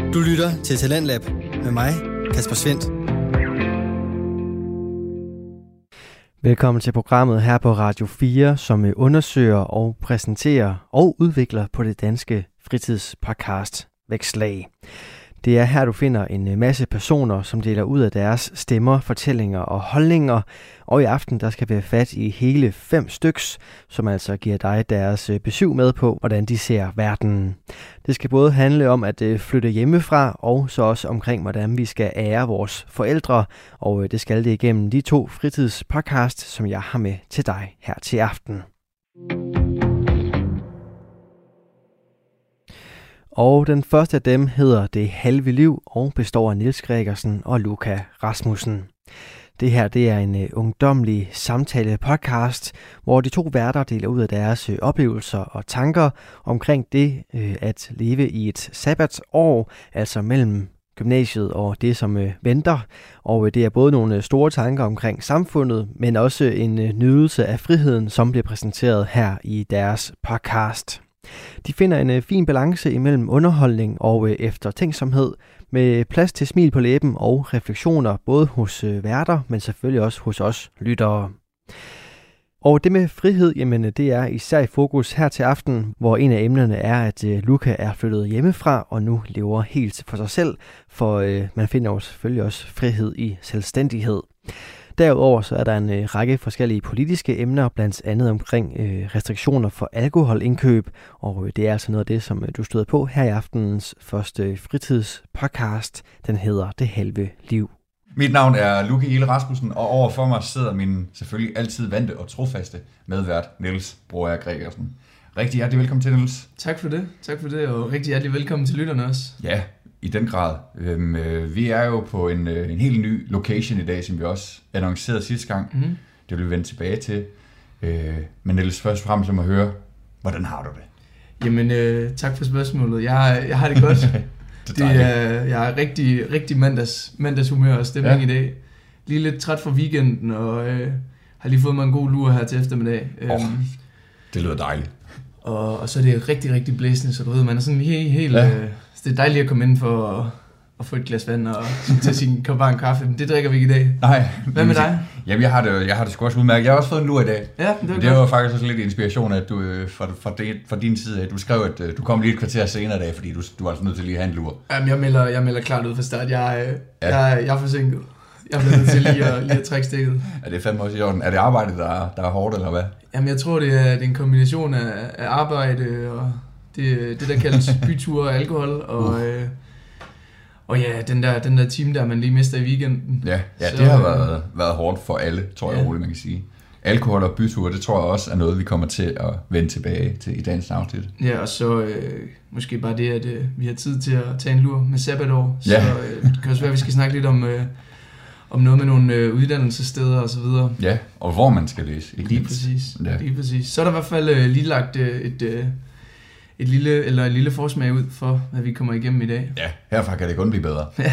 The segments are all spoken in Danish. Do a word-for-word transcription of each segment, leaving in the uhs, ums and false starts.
Du lytter til Talentlab med mig, Kasper Svendt. Velkommen til programmet her på Radio fire, som undersøger og præsenterer og udvikler på det danske fritidspodcast Vækslag. Det er her, du finder en masse personer, som deler ud af deres stemmer, fortællinger og holdninger. Og i aften, der skal vi have fat i hele fem styks, som altså giver dig deres besøg med på, hvordan de ser verden. Det skal både handle om at flytte hjemmefra, og så også omkring, hvordan vi skal ære vores forældre. Og det skal det igennem de to fritidspodcast, som jeg har med til dig her til aften. Og den første af dem hedder Det Halve Liv og består af Niels Gregersen og Luca Rasmussen. Det her det er en uh, ungdomlig samtale-podcast, hvor de to værter deler ud af deres uh, oplevelser og tanker omkring det uh, at leve i et sabbatsår, altså mellem gymnasiet og det, som uh, venter. Og uh, det er både nogle uh, store tanker omkring samfundet, men også en uh, nydelse af friheden, som bliver præsenteret her i deres podcast. De finder en øh, fin balance imellem underholdning og øh, eftertænksomhed, med plads til smil på læben og refleksioner, både hos øh, værter, men selvfølgelig også hos os lyttere. Og det med frihed, jamen det er især i fokus her til aften, hvor en af emnerne er, at øh, Luca er flyttet hjemmefra og nu lever helt for sig selv, for øh, man finder jo selvfølgelig også frihed i selvstændighed. Derudover så er der en øh, række forskellige politiske emner, blandt andet omkring øh, restriktioner for alkoholindkøb, og øh, det er altså noget af det, som øh, du støder på her i aftenens første fritidspodcast. Den hedder Det Halve Liv. Mit navn er Luca Ile Rasmussen, og overfor mig sidder min selvfølgelig altid vante og trofaste medvært, Niels Broager Gregersen. Rigtig hjertelig velkommen til, Niels. Tak for det, tak for det, og rigtig hjertelig velkommen til lytterne også. Ja, i den grad. Øhm, øh, vi er jo på en, øh, en helt ny location i dag, som vi også annoncerede sidste gang. Mm-hmm. Det vil vi vende tilbage til. Øh, men Niels, først og fremmest må høre, hvordan har du det? Jamen, øh, tak for spørgsmålet. Jeg, jeg har det godt. det er, det, jeg er rigtig, rigtig mandags, mandagshumør og stemning ja. i dag. Lige lidt træt fra weekenden, og øh, har lige fået mig en god lur her til eftermiddag. Oh, øhm, det lyder dejligt. Og, og så er det rigtig, rigtig blæsende, så du ved, man er sådan helt... helt ja. øh, det er dejligt at komme ind for at, at få et glas vand og tage sin kop varm kaffe, men det drikker vi ikke i dag. Nej. Hvad med dig? Jamen, jeg har det, jeg har det sgu også udmærket. Jeg har også fået en lur i dag. Ja, det, det var faktisk også lidt inspiration, at du fra, fra, det, fra din side, at du skrev, at du kom lige et kvarter senere i dag, fordi du, du var altså nødt til lige at have en lur. Jamen, jeg melder, jeg melder klart ud fra start. Jeg, ja. jeg, jeg er forsinket. Jeg bliver nødt til lige at, lige at trække stikket. Er det fandme også i orden? Er det arbejde, der, der er hårdt, eller hvad? Jamen, jeg tror, det er, det er en kombination af, af arbejde og det, det der kaldes byture og alkohol, og, uh. øh, og ja, den der, den der time der, man lige mister i weekenden. Ja, ja så, det har været, været hårdt for alle, tror jeg ja. roligt, man kan sige. Alkohol og byture, det tror jeg også er noget, vi kommer til at vende tilbage til i dagens afsnit. Ja, og så øh, måske bare det, at øh, vi har tid til at tage en lur med sabbatår. Så ja. øh, det kan også være, at vi skal snakke lidt om... Øh, om noget med nogle øh, uddannelsessteder og så videre. Ja, og hvor man skal læse. Ikke lige præcis. Ja. Lige præcis. Så er der i hvert fald øh, lige lagt øh, et, øh, et lille eller en lille forsmag ud for, hvad vi kommer igennem i dag. Ja, herfra kan det kun blive bedre. Ja.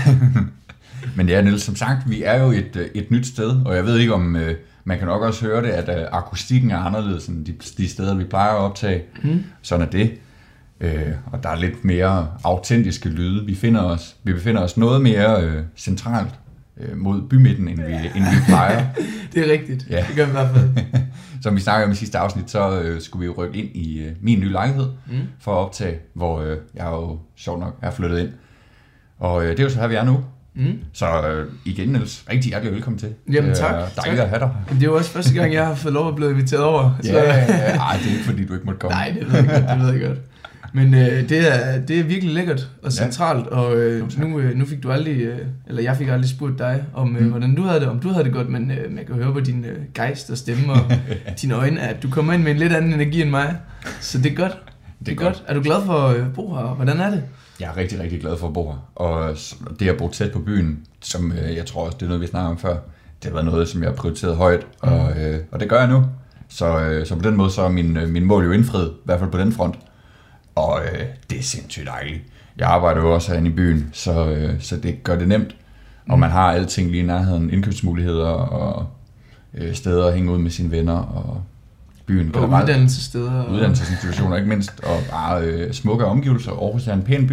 Men ja, Niels, som sagt, vi er jo et, et nyt sted, og jeg ved ikke om, øh, man kan nok også høre det, at øh, akustikken er anderledes end de, de steder, vi plejer at optage. Mm. Sådan er det. Øh, og der er lidt mere autentiske lyde. Vi, finder os, vi befinder os noget mere øh, centralt mod bymidten, end vi, end vi plejer. Det er rigtigt. Ja. Det gør vi i hvert fald. Som vi snakkede om i sidste afsnit, så øh, skulle vi jo rykke ind i øh, min nye lejlighed mm. for at optage, hvor øh, jeg jo sjovt nok er flyttet ind. Og øh, det er jo så her, vi er nu. Mm. Så øh, igen, Niels, rigtig hjertelig velkommen til. Jamen tak. Det er dejligt tak. At have dig. Det er jo også første gang, jeg har fået lov at blive inviteret over. Så. Ja, ej, det er ikke fordi, du ikke måtte komme. Nej, det ved jeg godt, det ved jeg godt. Men øh, det, er, det er virkelig lækkert og centralt, ja. og øh, nu, øh, nu fik du aldrig, øh, eller jeg fik aldrig spurgt dig, om øh, mm. hvordan du havde det, om du havde det godt, men øh, jeg kan høre på din øh, gejst og stemme og dine øjne, at du kommer ind med en lidt anden energi end mig, så det er godt. Det er, det er godt. godt. Er du glad for at bo her? Hvordan er det? Jeg er rigtig, rigtig glad for at bo her, og det at bo tæt på byen, som øh, jeg tror også, det er noget, vi snakker om før, det har været noget, som jeg har prioriteret højt, mm. og, øh, og det gør jeg nu. Så, øh, så på den måde, så er min, øh, min mål jo indfriet, i hvert fald på den front. Og øh, det er sindssygt dejligt. Jeg arbejder jo også herinde i byen, så, øh, så det gør det nemt. Mm. Og man har alting lige i nærheden, indkøbsmuligheder og øh, steder at hænge ud med sine venner og byen. Og uddannelsessteder. Uddannelsesinstitutioner ikke mindst, og bare øh, smukke omgivelser. Aarhus er en pæn by,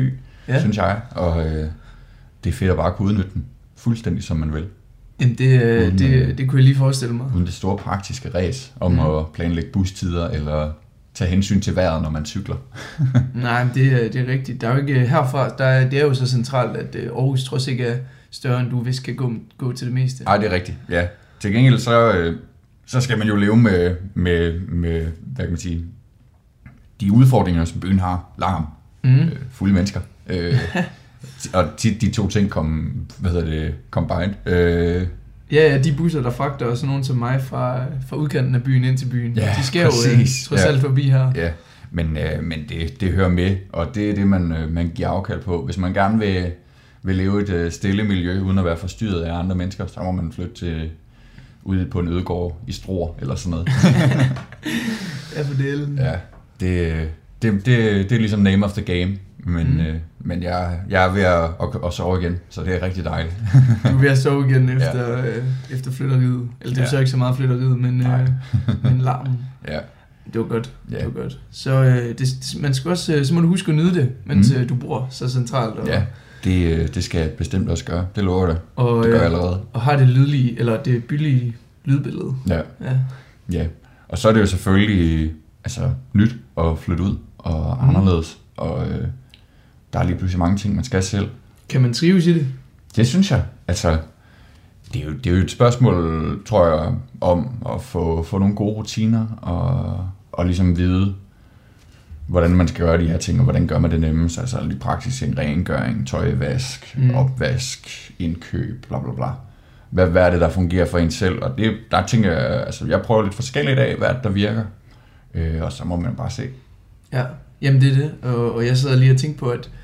ja. synes jeg. Og øh, det er fedt at bare kunne udnytte den fuldstændig, som man vil. Jamen det, uden, det, det kunne jeg lige forestille mig. Uden det store praktiske ræs om mm. at planlægge bustider, eller tage hensyn til vejret, når man cykler. Nej, det, det er rigtigt. Der er jo ikke herfra, der er, det er jo så centralt, at Aarhus trods ikke er større, end du vist kan gå, gå til det meste. Nej, det er rigtigt, ja. Til gengæld så, så skal man jo leve med, med, med, hvad kan man sige, de udfordringer, som byen har. Larm, mm. øh, fulde mennesker. Øh, og tit de to ting kom, hvad hedder det, combined. Øh, Ja, ja, de busser, der fragter også nogen som mig fra, fra udkanten af byen ind til byen. Ja, de skal præcis. jo trods alt ja. forbi her. Ja, men, øh, men det, det hører med, og det er det, man, øh, man giver afkald på. Hvis man gerne vil, vil leve et øh, stille miljø, uden at være forstyrret af andre mennesker, så må man flytte til, ude på en ødegård i Struer, eller sådan noget. Ja, for delen. Ja, det, det, det, det er ligesom name of the game. Men, mm. øh, men jeg, jeg er ved at, at, at sove igen, så det er rigtig dejligt. Du er ved at sove igen efter, ja. øh, efter flytteriet. Eller det er ja. så ikke så meget flytteriet, men, øh, men larmen. Ja. Det var godt. Ja. Det var godt. Så, øh, det, man skal også, så må du huske at nyde det, mens mm. du bor så centralt. Og, ja, det, det skal jeg bestemt også gøre. Det lover det. Og, det gør jeg allerede. Og har det lydlige, eller det billige lydbillede. Ja. ja. Ja. Og så er det jo selvfølgelig altså, nyt at flytte ud og mm. anderledes. Og øh, der er lige pludselig mange ting, man skal selv. Kan man trives i det? Det synes jeg. Altså, det er jo, det er jo et spørgsmål, tror jeg, om at få, få nogle gode rutiner, og, og ligesom vide, hvordan man skal gøre de her ting, og hvordan gør man det nemmest. Altså lige praktisk en rengøring, tøjvask, mm. opvask, indkøb, bla bla bla. Hvad, hvad er det, der fungerer for en selv? Og det, der tænker jeg, altså jeg prøver lidt forskelligt af, hvad der virker. Øh, og så må man bare se. Ja. Jamen det er det, og, og jeg sidder lige og tænker på, at,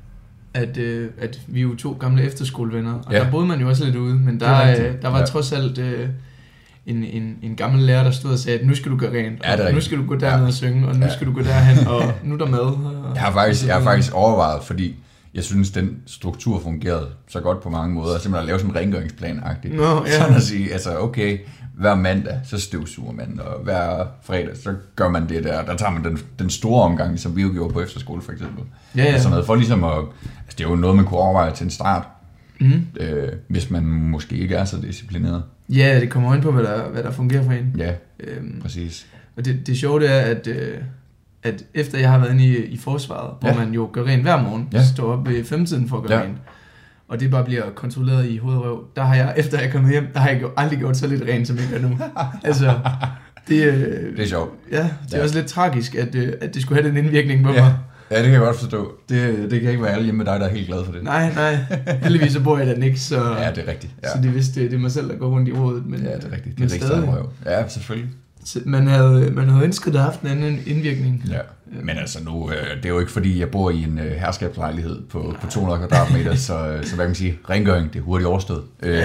at, øh, at vi er jo to gamle efterskolevenner, og ja. der boede man jo også lidt ude, men der, øh, der var ja. trods alt øh, en, en, en gammel lærer, der stod og sagde, at nu skal du gøre rent, ja, og nu skal du gå derned ja. og synge, og nu ja. skal du gå derhen, og nu er der mad. Og, jeg har faktisk, jeg har faktisk overvejet, fordi jeg synes, den struktur fungerede så godt på mange måder, simpelthen at lave sådan en rengøringsplan-agtigt. Nå, ja. Sådan at sige, altså okay, hver mandag, så støvsuger man, og hver fredag, så gør man det der. Der tager man den, den store omgang, som vi jo gjorde på efterskole, for eksempel. Ja, ja. Sådan noget, for ligesom at, altså det er jo noget, man kunne overveje til en start, mm. øh, hvis man måske ikke er så disciplineret. Ja, det kommer ind på, hvad der, hvad der fungerer for en. Ja, øhm, præcis. Og det, det sjove er, at, øh, at efter jeg har været inde i, i forsvaret, ja. hvor man jo gør rent hver morgen, ja. står op ved femtiden for at gøre ja. rent, og det bare bliver kontrolleret i hovedrøv, der har jeg, efter jeg er kommet hjem, der har jeg aldrig gjort så lidt rent, som jeg gør nu. Altså, det, øh, det er sjovt. Ja, det er ja. også lidt tragisk, at, øh, at det skulle have den indvirkning på ja. mig. Ja, det kan jeg godt forstå. Det, det kan ikke være alle hjemme med dig, der er helt glad for det. Nej, nej. Heldigvis så bor jeg der ikke, så... Ja, det er rigtigt. Ja. Så det vidste, det er mig selv, der går rundt i rådet. Men, ja, det er rigtigt. Det er rigtig røv. Ja, selvfølgelig. Så man havde, man havde ønsket, at have haft en anden indvirkning. Ja, men altså nu, øh, det er jo ikke fordi, jeg bor i en øh, herskabslejlighed på, på to hundrede kvadratmeter, så, så hvad kan man sige, rengøring, det er hurtigt overstået. Øh,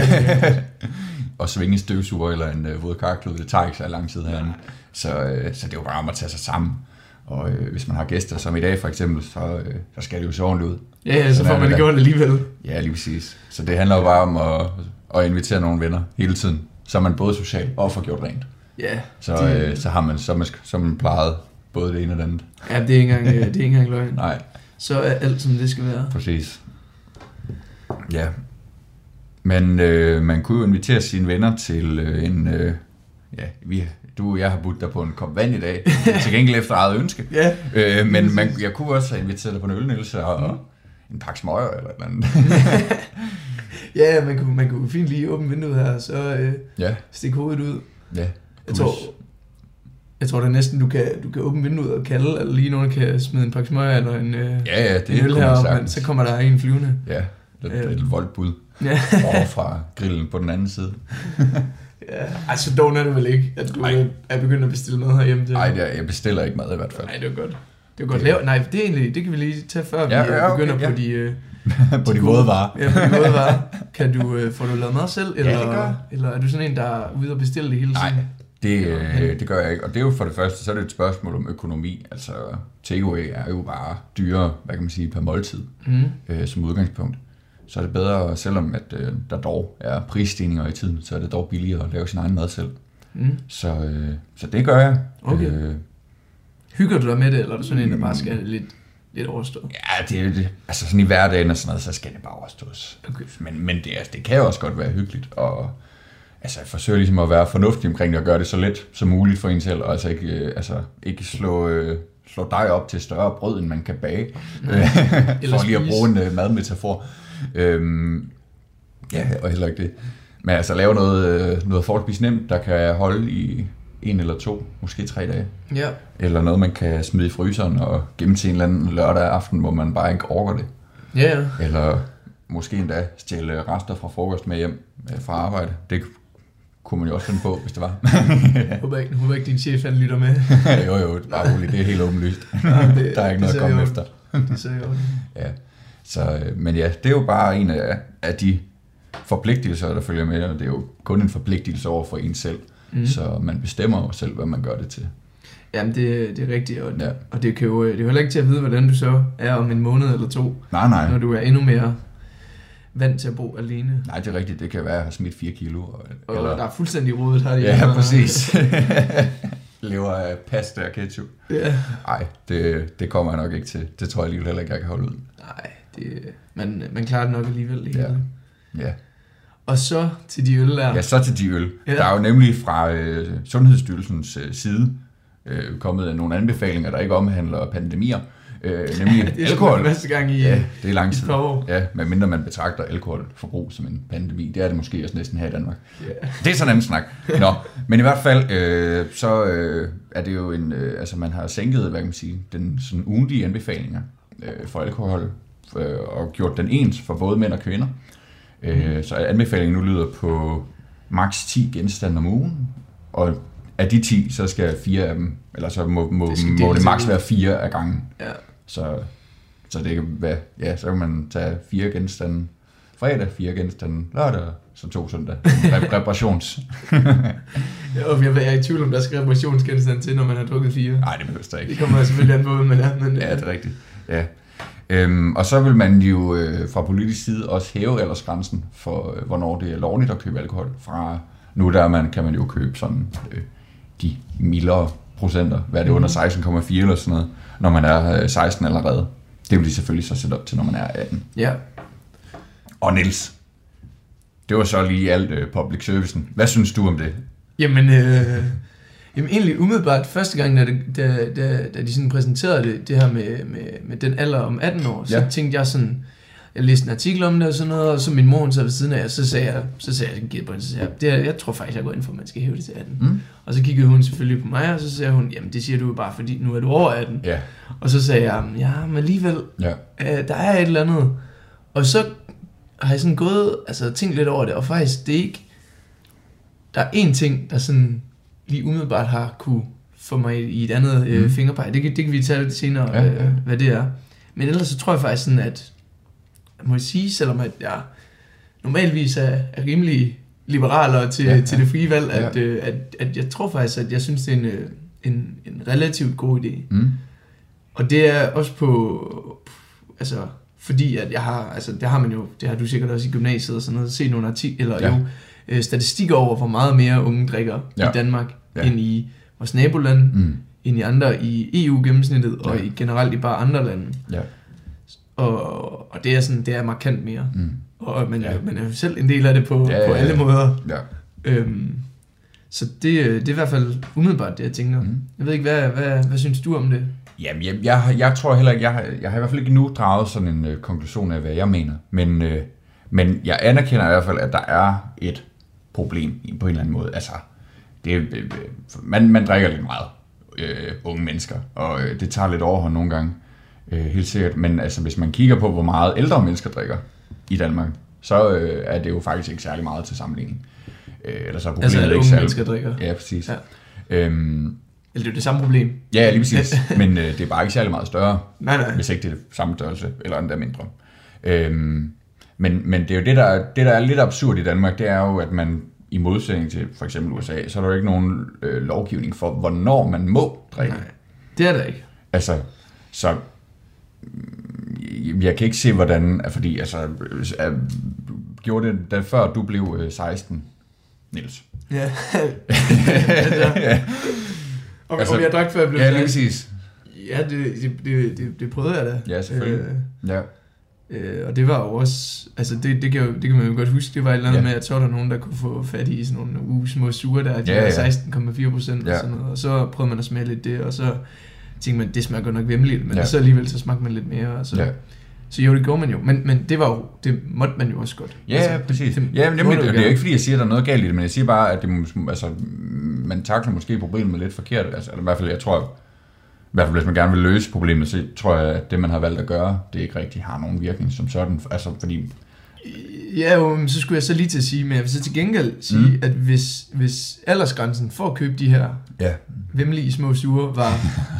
og svinge en støvsuger eller en øh, våd karklud, det tager ikke så lang tid herinde. Så, øh, så det er jo bare om at tage sig sammen. Og øh, hvis man har gæster, som i dag for eksempel, så, øh, så skal det jo se ordentligt ud. Ja, ja, så får man det gjort alligevel. Ja, lige præcis. Så det handler jo bare om at, at invitere nogle venner hele tiden, så man både social og får gjort rent. Ja. Så, det... øh, så har man så man, så man plejet både det ene og det andet. Ja, det er ikke engang, det er ikke engang løgn. Nej. Så er alt, som det skal være. Præcis. Ja. Men øh, man kunne jo invitere sine venner til øh, en... Øh, ja, vi, du og jeg har budt dig på en kop vand i dag, til gengæld efter eget ønske. Ja. Øh, men man, jeg kunne også have inviteret dig på en ølnelse og mm. en pakke smøger eller et eller andet. Ja, man kunne, man kunne fint lige åbne vinduet her, og så øh, ja. stikke hovedet ud. Ja. Jeg tror, jeg tror da næsten, du kan, du kan åbne vinduet og kalde, eller lige nogen kan smide en pakke smøger eller en, øh, ja, ja, det en øl her, men så kommer der en flyvende. Ja, lidt, øh. lidt voldbud ja. over fra grillen på den anden side. Ja, altså dog er det vel ikke, at du Ej. er begyndt at bestille mad herhjemme? Nej, jeg bestiller ikke mad i hvert fald. Nej, det er godt. Det er godt lavet. Nej, det er egentlig, det kan vi lige tage før, ja, vi ja, okay, begynder ja. på de... Øh, på de våde varer. Ja, på de våde varer. Kan du, øh, får du lavet mad selv, eller, ja, det gør. eller er du sådan en, der er ude og bestille det hele tiden? Nej, det, øh, det gør jeg ikke. Og det er jo for det første, så er det et spørgsmål om økonomi. Altså, takeaway er jo bare dyrere, hvad kan man sige, per måltid, mm. øh, som udgangspunkt. Så er det bedre, selvom at, øh, der dog er prisstigninger i tiden, så er det dog billigere at lave sin egen mad selv. Mm. Så, øh, så det gør jeg. Okay. Øh, Hygger du dig med det, eller er du sådan en, der bare skal lidt, lidt overstået? Ja, det er det. Altså sådan i hverdagen og sådan noget, så skal det bare overstås. Okay. Men, men det, altså, det kan jo også godt være hyggeligt, og altså, jeg forsøger ligesom at være fornuftig omkring det, og gøre det så let som muligt for en selv, og altså ikke, øh, altså, ikke slå, øh, slå dig op til større brød, end man kan bage, for lige at bruge en øh, madmetafor. Øhm, ja, og heller ikke det. Men altså lave noget, øh, noget forholdsvis nemt, der kan holde i en eller to, måske tre dage. Ja. Eller noget, man kan smide i fryseren og gemme til en eller anden lørdag aften, hvor man bare ikke orker det. Ja, ja. Eller måske endda stjæle rester fra frokost med hjem øh, fra arbejde. Det kunne man jo også finde på, hvis det var. Jeg håber ikke, håber ikke din chef han lytter med. jo, jo, bare roligt. Det er helt åbenlyst. Ja, det, der er ikke noget at komme efter. Det ser jeg jo. Ja. Så, men ja, det er jo bare en af, af de forpligtelser, der følger med, og det er jo kun en forpligtelse over for en selv. Mm. Så man bestemmer jo selv, hvad man gør det til. Jamen, det, det er rigtigt, og, ja. og det, kan jo, det er jo heller ikke til at vide, hvordan du så er om en måned eller to. Nej, nej. Når du er endnu mere vant til at bo alene. Nej, det er rigtigt. Det kan være, at jeg har smidt fire kilo. Og eller... der er fuldstændig rodet her. Ja, her. Præcis. Lever af pasta og ketchup. Ja. Nej, det, det kommer jeg nok ikke til. Det tror jeg alligevel heller ikke, jeg kan holde ud. Nej, det, man, man klarer det nok alligevel. Det ja. Ja. Og så til de øl der. Ja, så til de øl. Ja. Der er jo nemlig fra øh, Sundhedsstyrelsens øh, side øh, kommet nogle anbefalinger, der ikke omhandler pandemier. Øh, nemlig ja, det er alkohol. Næste gang i, ja, det er lang tid. År. Ja, medmindre man betragter alkoholforbrug som en pandemi. Det er det måske også næsten her i Danmark. Yeah. Det er sådan en anden snak. Nå, men i hvert fald, øh, så øh, er det jo en, øh, altså man har sænket, hvad kan man sige, den sådan ugentlige anbefalinger øh, for alkohol, øh, og gjort den ens for både mænd og kvinder. Mm. Øh, så anbefalingen nu lyder på maks ti genstande om ugen, og af de ti, så skal fire af dem, eller så må, må det, må det maks være fire af gangen. Ja. Så, så det kan være, ja, så kan man tage fire genstande fredag, fire genstande lørdag, så to søndag. Rep- reparations. Ja, og jeg er i tvivl om, der skal reparationsgenstande til, når man har drukket fire. Nej, det behøver der ikke. Det kommer selvfølgelig an på, hvad man er. Men, ja, det er rigtigt. Ja. Øhm, og så vil man jo øh, fra politisk side også hæve aldersgrænsen for, øh, hvornår det er lovligt at købe alkohol. Fra nu der man, kan man jo købe sådan øh, de mildere procenter, hvad er det, under seksten komma fire eller sådan noget, når man er øh, seksten allerede. Det vil de selvfølgelig så sætte op til, når man er atten. Ja. Og Niels, det var så lige alt øh, public servicen. Hvad synes du om det? Jamen, øh, jamen egentlig umiddelbart første gang, da, det, da, da, da de sådan præsenterede det, det her med, med, med den alder om atten år, så ja. tænkte jeg sådan, jeg læste en artikel om det og sådan noget, og så min mor sad ved siden af, og så sagde jeg, så sagde jeg, jeg, så sagde jeg, det er, jeg tror faktisk, jeg går ind for, at man skal hæve det til atten. Mm. Og så kiggede hun selvfølgelig på mig, og så sagde hun, jamen det siger du jo bare, fordi nu er du over atten. Ja. Og så sagde jeg, ja, men alligevel, ja. øh, der er et eller andet. Og så har jeg sådan gået, altså tænkt lidt over det, og faktisk det er ikke, der er én ting, der sådan lige umiddelbart har kunne få mig i et andet mm. øh, fingerpege. Det, det kan vi tage lidt senere, ja, ja. Øh, hvad det er. Men ellers så tror jeg faktisk sådan, at jeg må sige, selvom at jeg normalvis er, er rimelig liberalere til, ja, ja. til det frie valg, at, ja. øh, at, at jeg tror faktisk, at jeg synes, det er en, en, en relativt god idé. Mm. Og det er også på, altså, fordi at jeg har, altså det har man jo, det har du sikkert også i gymnasiet og sådan noget, set nogle artikler, eller ja. jo øh, statistikker over, hvor meget mere unge drikker ja. i Danmark, ja. end i vores nabolande, mm. end i andre i E U-gennemsnittet, ja. og i, generelt i bare andre lande. Ja. Og, og det er sådan, det er markant mere. Mm. Og man, ja. man er jo selv en del af det på, ja, ja, ja. på alle måder. Ja. Øhm, så det, det er i hvert fald umiddelbart det, jeg tænker. Mm. Jeg ved ikke, hvad, hvad, hvad synes du om det? Jamen, jeg, jeg, jeg tror heller ikke, jeg har, jeg har i hvert fald ikke nu draget sådan en øh, konklusion af, hvad jeg mener. Men, øh, men jeg anerkender i hvert fald, at der er et problem på en eller anden måde. Altså, det, øh, man, man drikker lidt meget, øh, unge mennesker, og øh, det tager lidt overhånd nogle gange. Øh, helt sikkert, men altså, hvis man kigger på, hvor meget ældre mennesker drikker i Danmark, så øh, er det jo faktisk ikke særlig meget til sammenligning. Øh, eller så er altså, at unge mennesker drikker? Ja, præcis. Ja. Øhm, eller det er jo det samme problem. Ja, lige præcis. Men øh, det er bare ikke særlig meget større, nej, nej. hvis ikke det er det samme størrelse, eller endda mindre. Øhm, men, men det er jo det der, det, der er lidt absurd i Danmark, det er jo, at man i modsætning til for eksempel U S A, så er der jo ikke nogen øh, lovgivning for, hvornår man må drikke. Nej, det er der ikke. Altså, så jeg kan ikke se, hvordan, fordi altså, gjorde det da før du blev seksten, Niels? Ja. ja. Om, altså, om jeg drak før jeg blev seksten? Ja, lige præcis. Ja, det, det, det, det prøvede jeg da. Ja, selvfølgelig. Øh, ja. Øh, og det var jo også, altså det, det, kan jo, det kan man jo godt huske, det var et eller andet ja. med, at så var der nogen, der kunne få fat i sådan nogle uge små sure der, de ja, var ja. seksten komma fire procent ja. og sådan noget, og så prøvede man at smage lidt det, og så tænkte man, det smager godt nok vemmeligt, men ja. så alligevel så smagte man lidt mere, og så, ja. så jo, det gjorde man jo, men, men det var jo, det måtte man jo også godt. Ja, altså, ja, præcis. Det, ja, men nemlig, det, det er jo ikke fordi, jeg siger, at der er noget galt i det, men jeg siger bare, at det, altså, man takler måske problemet lidt forkert, altså i hvert fald, jeg tror, i hvert fald hvis man gerne vil løse problemet, så tror jeg, at det man har valgt at gøre, det ikke rigtig har nogen virkning som sådan, altså fordi... Ja, jo, så skulle jeg så lige til at sige, men jeg vil så til gengæld sige, mm. at hvis, hvis aldersgrænsen for at købe de her ja. vemmelige små sure var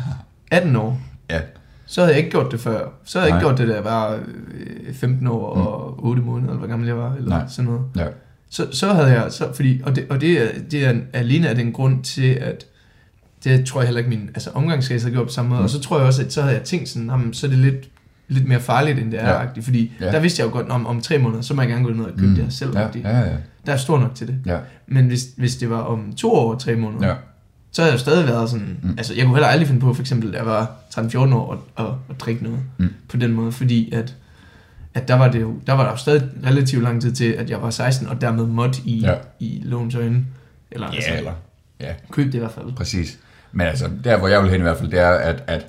atten år, ja. så havde jeg ikke gjort det før. Så havde jeg ikke gjort det, da jeg var femten år og mm. otte måneder, eller hvor gammel jeg var, eller Nej. sådan noget. Ja. Så, så havde jeg, så, fordi, og, det, og det, er, det er alene af den grund til, at det tror jeg heller ikke min altså, omgangskreds har gjort på samme måde, mm. og så tror jeg også, at så havde jeg tænkt sådan, jamen, så er det lidt, lidt mere farligt, end det er, ja. fordi ja. der vidste jeg jo godt, om, om tre måneder, så må jeg gerne gå ned og købe mm. det her selv. Ja. Ja, ja. Der er stor nok til det. Ja. Men hvis, hvis det var om to år og tre måneder, ja. så havde jeg jo stadig været sådan, mm. altså jeg kunne heller aldrig finde på, for eksempel, da jeg var tretten fjorten år, og, og, og drikke noget mm. på den måde, fordi at, at der var det jo, der var der jo stadig relativt lang tid til, at jeg var seksten, og dermed måtte i, ja. i lovens øjne, eller, ja, altså, eller ja. køb det i hvert fald. Præcis. Men altså, der hvor jeg vil hen i hvert fald, det er, at, at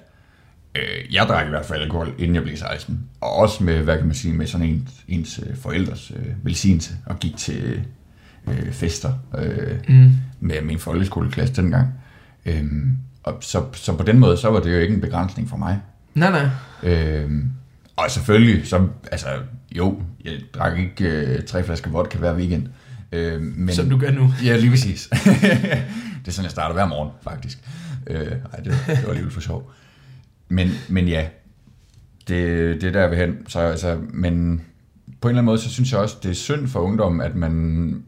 øh, jeg drak i hvert fald alkohol, inden jeg blev seksten, og også med, hvad kan man sige, med sådan ens, ens øh, forældres øh, velsignelse, og gik til øh, fester øh, mm. med min folkeskoleklasse dengang. Øhm, og så, så på den måde, så var det jo ikke en begrænsning for mig. Nej, nej. Øhm, og selvfølgelig, så, altså, jo, jeg drak ikke øh, tre flasker vodka hver weekend. Øh, men, som du gør nu. Ja, lige præcis. Det er sådan, jeg starter hver morgen, faktisk. Øh, ej, det, det var alligevel for sjov. Men, men ja, det, det er der, jeg vil hen. Så, altså, men på en eller anden måde, så synes jeg også, det er synd for ungdommen, at man,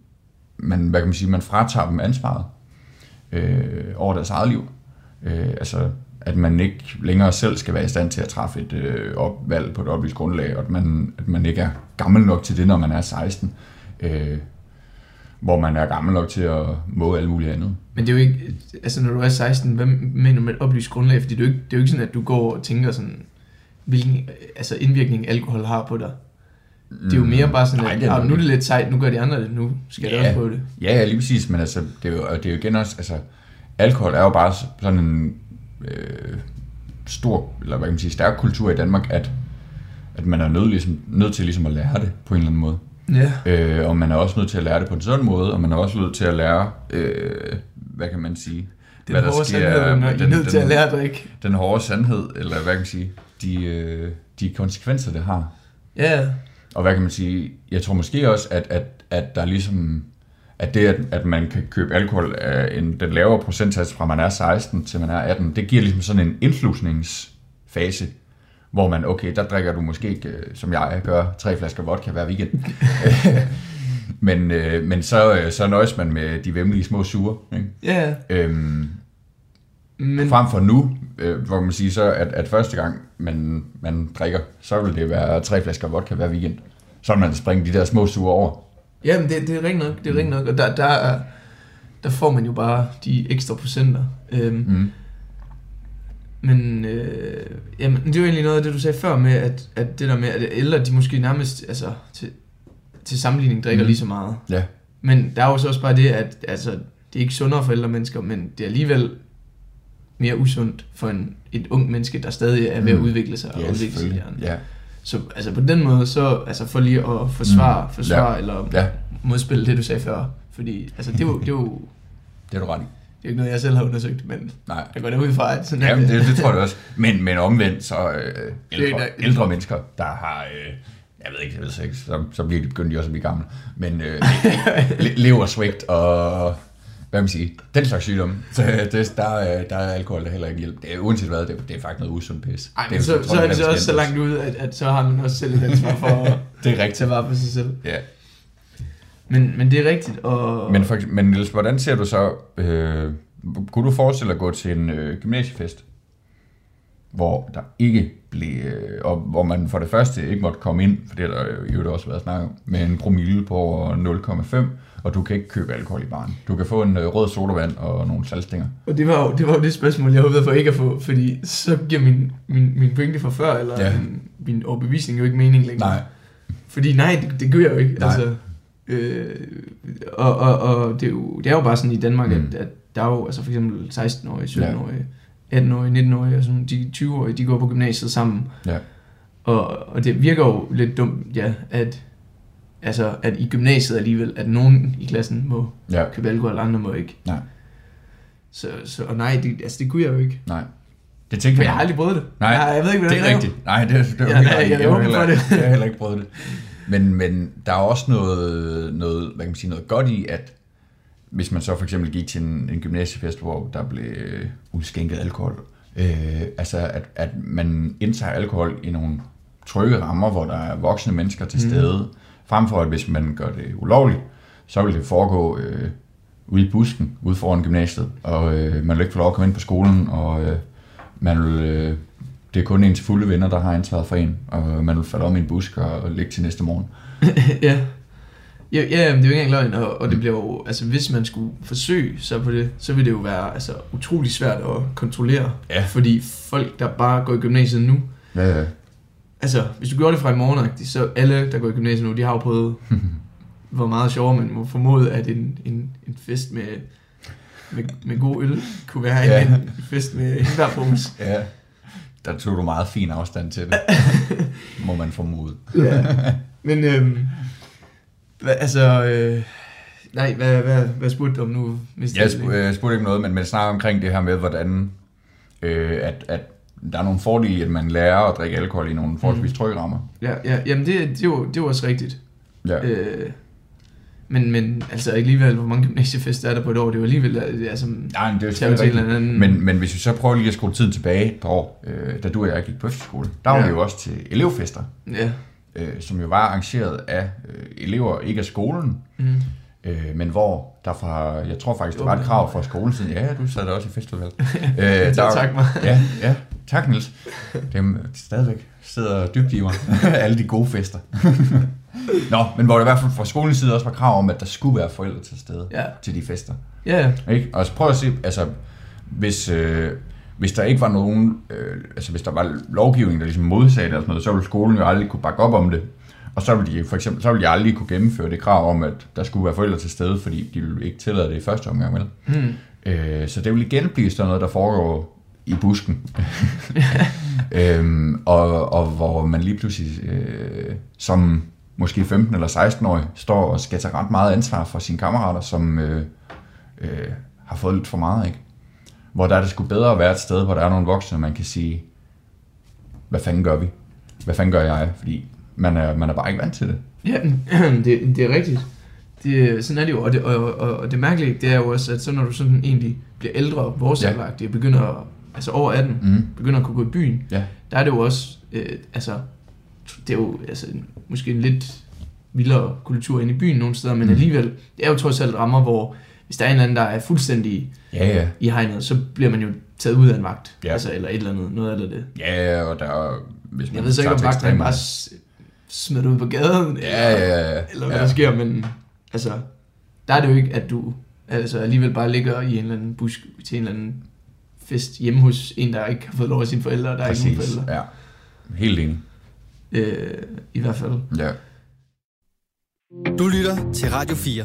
man, hvad kan man sige, man fratager dem ansvaret øh, over deres eget liv. Øh, altså, at man ikke længere selv skal være i stand til at træffe et øh, opvalg på et oplyst grundlag, og at man, at man ikke er gammel nok til det, når man er seksten. Øh, hvor man er gammel nok til at må alle mulige andet. Men det er jo ikke, altså når du er seksten, hvad mener du med et oplyst grundlag? Fordi det er jo ikke, det er jo ikke sådan, at du går og tænker sådan, hvilken altså indvirkning alkohol har på dig. Det er jo mere bare sådan, at Nej, nu er det lidt sejt, nu gør de andre det, nu skal ja, jeg også prøve det. Ja, ja, lige præcis, men altså, det er jo, det er jo igen også, altså, alkohol er jo bare sådan en øh, stor, eller hvad kan man sige, stærk kultur i Danmark, at, at man er nødt, ligesom, nødt til ligesom at lære det på en eller anden måde. Ja. Øh, og man er også nødt til at lære det på en sådan måde, og man er også nødt til at lære, øh, hvad kan man sige, den hvad der sker. Sandhed, når den, I er nødt til at lære at drikke. Den hårde sandhed, eller hvad kan man sige, de, øh, de konsekvenser, det har. Ja. Og hvad kan man sige, jeg tror måske også, at, at, at der ligesom, at det, at, at man kan købe alkohol af en, den lavere procentsats fra man er seksten til man er atten, det giver ligesom sådan en indslusningsfase, hvor man, okay, der drikker du måske ikke, som jeg gør, tre flasker vodka hver weekend. men øh, men så, så nøjes man med de vemmelige små sure. Ikke? Yeah. Øhm, men... Frem for nu, øh, hvor man siger så, at, at første gang man, man drikker, så vil det være tre flasker vodka hver weekend. Så vil man springe de der små sure over. Jamen, det, det er rigtig nok, det er rigtig nok. Og der, der, er, der får man jo bare de ekstra procenter. Øhm, mm. Men øh, jamen, det er jo egentlig noget af det, du sagde før med, at, at det der med, at ældre, de måske nærmest altså, til, til sammenligning drikker mm. lige så meget. Ja. Men der er jo så også bare det, at altså, det er ikke sundere for ældre mennesker, men det er alligevel mere usundt for en, et ung menneske, der stadig er ved at udvikle sig og ja, udvikle sig i hjernen. Ja. Så altså, på den måde, så altså, for lige at forsvare, mm. forsvare ja. eller ja. modspille det, du sagde før. Fordi altså, det er jo... Det er, jo, det er du ret i. Det er ikke noget, jeg selv har undersøgt, men Nej. jeg går derud fra, at sådan Jamen, det, det tror jeg også. Men, men omvendt, så øh, ældre, ældre mennesker, der har, øh, jeg ved ikke, jeg ved ikke, så, så bliver de begyndt de også at blive gamle, men øh, leversvigt og, hvad man siger, den slags sygdomme, så det, der, der er alkohol der heller ikke hjælp. Det er uanset hvad, det, det er faktisk noget usundt pis. Ej, men så, så, så er det så også så langt ud, at, at så har man også selv et ansvar for det er rigtigt. Til at vare på sig selv. Ja. Men, men det er rigtigt. Og... Men, for, men Niels, hvordan ser du så, øh, kunne du forestille dig at gå til en øh, gymnasiefest, hvor der ikke blev, og hvor man for det første ikke måtte komme ind, for det har der jo også været snakket om, med en promille på over nul komma fem, og du kan ikke købe alkohol i baren. Du kan få en rød sodavand og nogle saltstænger. Og det var jo det, var jo det spørgsmål, jeg håbede for ikke at få, fordi så giver min, min, min pointe fra før, eller ja. min, min overbevisning jo ikke mening længere. Nej. Fordi nej, det, det gør jeg jo ikke. Nej. Altså, øh, og og, og det, er jo, det er jo bare sådan i Danmark, mm. at, at der er jo altså for eksempel seksten-årige, sytten-årige, atten-årige, nitten-årige, og sådan de tyve-årige, de går på gymnasiet sammen. Ja. Og, og det virker jo lidt dumt, ja, at, altså, at i gymnasiet alligevel, at nogen i klassen må ja. købe alkohol, og andre må ikke. Nej. Så, så og nej, det, altså det kunne jeg jo ikke. Nej. Det tænkte jeg. Jeg har aldrig prøvet det. Nej, nej jeg ved ikke, det er rigtigt. Nej, det, det, det ja, nej, jeg, jeg, jeg, heller, det. jeg har heller ikke prøvet det. Men, men der er også noget, noget, hvad kan man sige, noget godt i, at hvis man så for eksempel gik til en, en gymnasiefest, hvor der blev udskænket alkohol, øh, altså at, at man indtager alkohol i nogle trygge rammer, hvor der er voksne mennesker til stede, mm. frem for at hvis man gør det ulovligt, så vil det foregå øh, ude i busken, ude foran gymnasiet, og øh, man vil ikke få lov at komme ind på skolen, og øh, man vil, øh, det er kun ens fulde venner, der har ansvaret for en, og man vil falde om i en busk og ligge til næste morgen. ja. Ja, ja, det er jo ikke engang løgn, og, og det bliver jo, altså hvis man skulle forsøge så på det, så vil det jo være altså utrolig svært at kontrollere, ja. fordi folk, der bare går i gymnasiet nu, ja, ja. altså hvis du gjorde det fra i morgen, så alle, der går i gymnasiet nu, de har jo prøvet, hvor meget sjovere man må formode, at en, en, en fest med, med, med god øl kunne være ja. en, en fest med hindbærbrus. Ja, der tog du meget fin afstand til det, må man formode. ja, men øhm, Hva, altså, øh, nej, hvad, hvad, hvad spurgte du om nu? Jeg spurgte, jeg spurgte ikke noget, men man snakker omkring det her med, hvordan øh, at, at der er nogle fordele i, at man lærer at drikke alkohol i nogle forholdsvis trygge rammer. Ja, ja, jamen det, det, er jo, det er jo også rigtigt. Ja. Øh, men, men altså alligevel, hvor mange gymnasiefester er der på et år? Det er jo alligevel, det er som... Nej, det er jo selvfølgelig rigtigt. Men, men hvis vi så prøver lige at skrue tiden tilbage et par år, øh, da du og jeg gik på efterskole, der var ja. vi jo også til elevfester. Ja. Øh, som jo var arrangeret af øh, elever, ikke af skolen, mm. øh, men hvor der fra, jeg tror faktisk, det var et krav fra skolen siden, ja, du sad der også i festival. øh, der, tak mig. Ja, ja, tak Niels. Dem stadigvæk sidder dybt i mig, alle de gode fester. Nå, men hvor det i hvert fald fra skolens side også var krav om, at der skulle være forældre til stede ja. til de fester. Ja. Ikke? Og så prøv at se, altså, hvis... Øh, Hvis der ikke var nogen, øh, altså hvis der var lovgivning, der ligesom modsagde det og sådan noget, så ville skolen jo aldrig kunne bakke op om det. Og så ville de for eksempel, så ville de aldrig kunne gennemføre det krav om, at der skulle være forældre til stede, fordi de ville ikke tillade det i første omgang, vel? Mm. Øh, så det ville igen blive sådan noget, der foregår i busken. øhm, og, og hvor man lige pludselig, øh, som måske femten eller seksten-årig, står og skal tage ret meget ansvar for sine kammerater, som øh, øh, har fået lidt for meget, ikke? Hvor der er det sgu bedre at være et sted, hvor der er nogle voksne, og man kan sige, hvad fanden gør vi? Hvad fanden gør jeg? Fordi man er, man er bare ikke vant til det. Ja, det, det er rigtigt. Det, sådan er det jo, og det, og, og, og det mærkelige, det er jo også, at så når du sådan egentlig bliver ældre, vores ja. alder, og begynder, altså over atten, mm. begynder at kunne gå i byen, ja. der er det jo også, øh, altså, det er jo altså, måske en lidt vildere kultur inde i byen nogle steder, men mm. alligevel, det er jo trods alt rammer, hvor hvis der er en eller anden, der er fuldstændig ja, ja. i hegnet, så bliver man jo taget ud af en vagt. Ja. Altså, eller et eller andet, noget af det. det. Ja, og der er... Hvis man jeg ved så ikke, om vagten bare smider ud på gaden, ja, eller, ja, ja. eller hvad ja. der sker, men altså, der er det jo ikke, at du altså, alligevel bare ligger i en eller anden busk til en eller anden fest hjemme hos en, der ikke har fået lov af sine forældre, der Præcis. er ikke nogen forældre. Ja, helt enig. Øh, I hvert fald. Ja. Du lytter til Radio fire.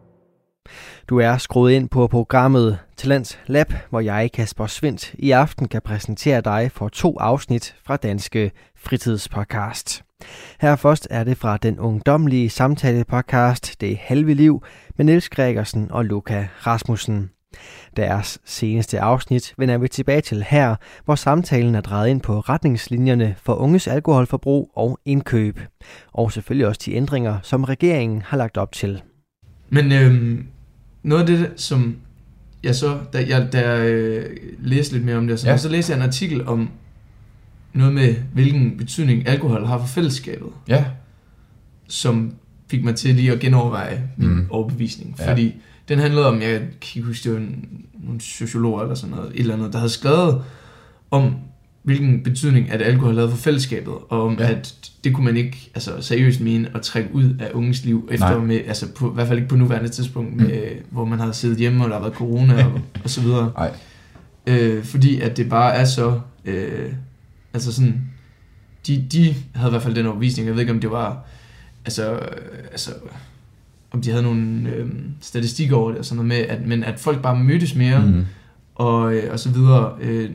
Du er skruet ind på programmet Talents Lab, hvor jeg, Kasper Svindt, i aften kan præsentere dig for to afsnit fra Danske Fritidspodcast. Her først er det fra den ungdomlige samtale-podcast Det Halve Liv med Niels Gregersen og Luca Rasmussen. Deres seneste afsnit vender vi tilbage til her, hvor samtalen er drejet ind på retningslinjerne for unges alkoholforbrug og indkøb. Og selvfølgelig også de ændringer, som regeringen har lagt op til. Men øhm, noget af det, som jeg så, da jeg da, øh, læste lidt mere om det, så, ja. så læste jeg en artikel om noget med, hvilken betydning alkohol har for fællesskabet. Ja. Som fik mig til lige at genoverveje min mm. overbevisning. Ja. Fordi den handlede om, jeg kan ikke huske, det var en, nogle sociologer eller sådan noget, et eller andet, der havde skrevet om, hvilken betydning at alkohol havde for fællesskabet, og om Ja. at det kunne man ikke altså, seriøst mene at trække ud af unges liv, efter med, altså på, i hvert fald ikke på nuværende tidspunkt, med, mm. hvor man havde siddet hjemme, og der har været corona og, og så videre. Nej. Øh, fordi at det bare er så, øh, altså sådan, de, de havde i hvert fald den overbevisning, jeg ved ikke om det var, altså, øh, altså om de havde nogle øh, statistikker over det og sådan noget med, at, men at folk bare mødtes mere, Mm. og, øh, og så videre, øh,